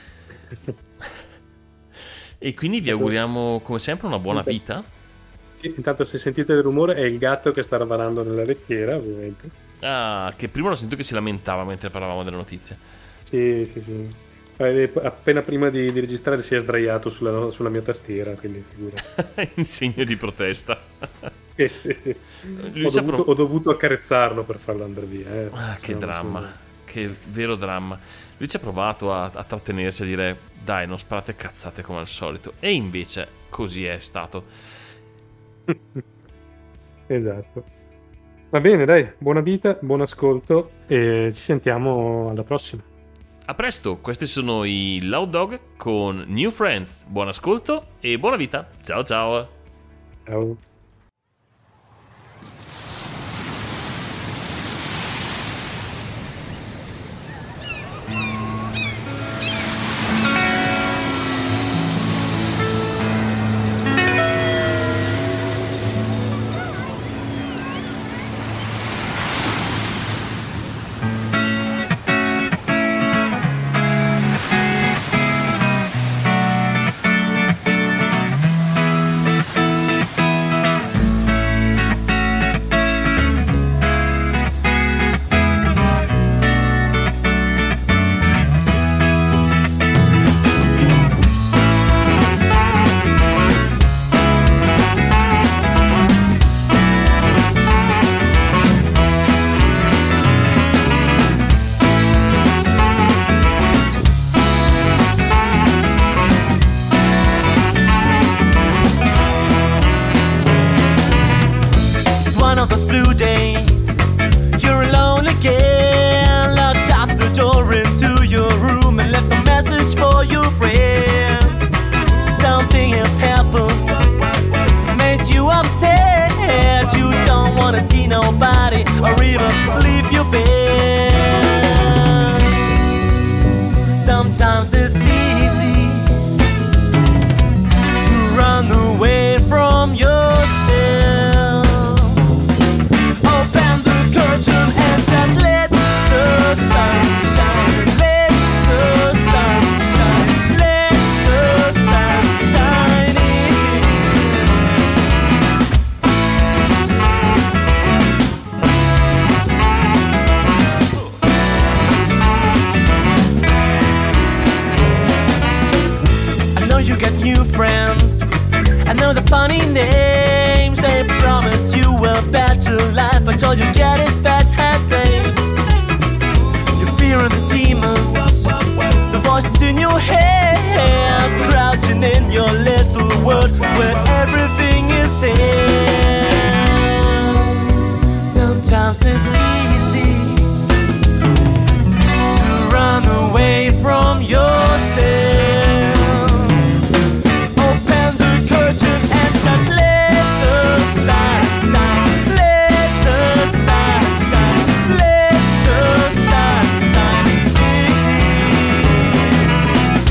E quindi vi auguriamo come sempre una buona vita. Sì, intanto, se sentite il rumore, è il gatto che sta ravanando nella lettiera, ovviamente. Ah, che prima l'ho sentito che si lamentava mentre parlavamo delle notizie. Sì, sì, sì. Eh, Appena prima di, di registrare si è sdraiato sulla, sulla mia tastiera, quindi figura. In segno di protesta. Lui ho, ci ha dovuto, prov- ho dovuto accarezzarlo per farlo andare via. Eh. Ah, che Sennò dramma, nessuno- che vero dramma. Lui ci ha provato a, a trattenersi, a dire dai, non sparate cazzate come al solito. E invece così è stato. Esatto. Va bene, dai, buona vita, buon ascolto e ci sentiamo alla prossima. A presto, questi sono i Loud Dog con New Friends. Buon ascolto e buona vita. Ciao ciao. Ciao. One of those blue days, you're alone again. Locked up the door into your room and left a message for your friends. Something has happened, made you upset. You don't wanna see nobody or even leave your bed. Sometimes it's easy to run away from yourself. Open the curtain and just let the sun shine. Let the sun shine. Let the sun shine in. I know you got new friends. I know the funny names. They promise you a better life, but all you get is bad headaches. You're fearing the demons, the voices in your head, crouching in your little world where everything is said. Sometimes it's easy to run away from yourself. Open the curtain and just let the sun shine. Let the sun shine. Let the sun shine in.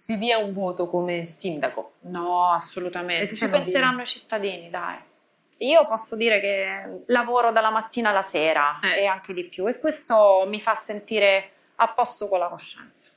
si dia un voto come sindaco. No, assolutamente. E Ci se no penseranno i cittadini, dai. Io posso dire che lavoro dalla mattina alla sera Eh. e anche di più, e questo mi fa sentire a posto con la coscienza.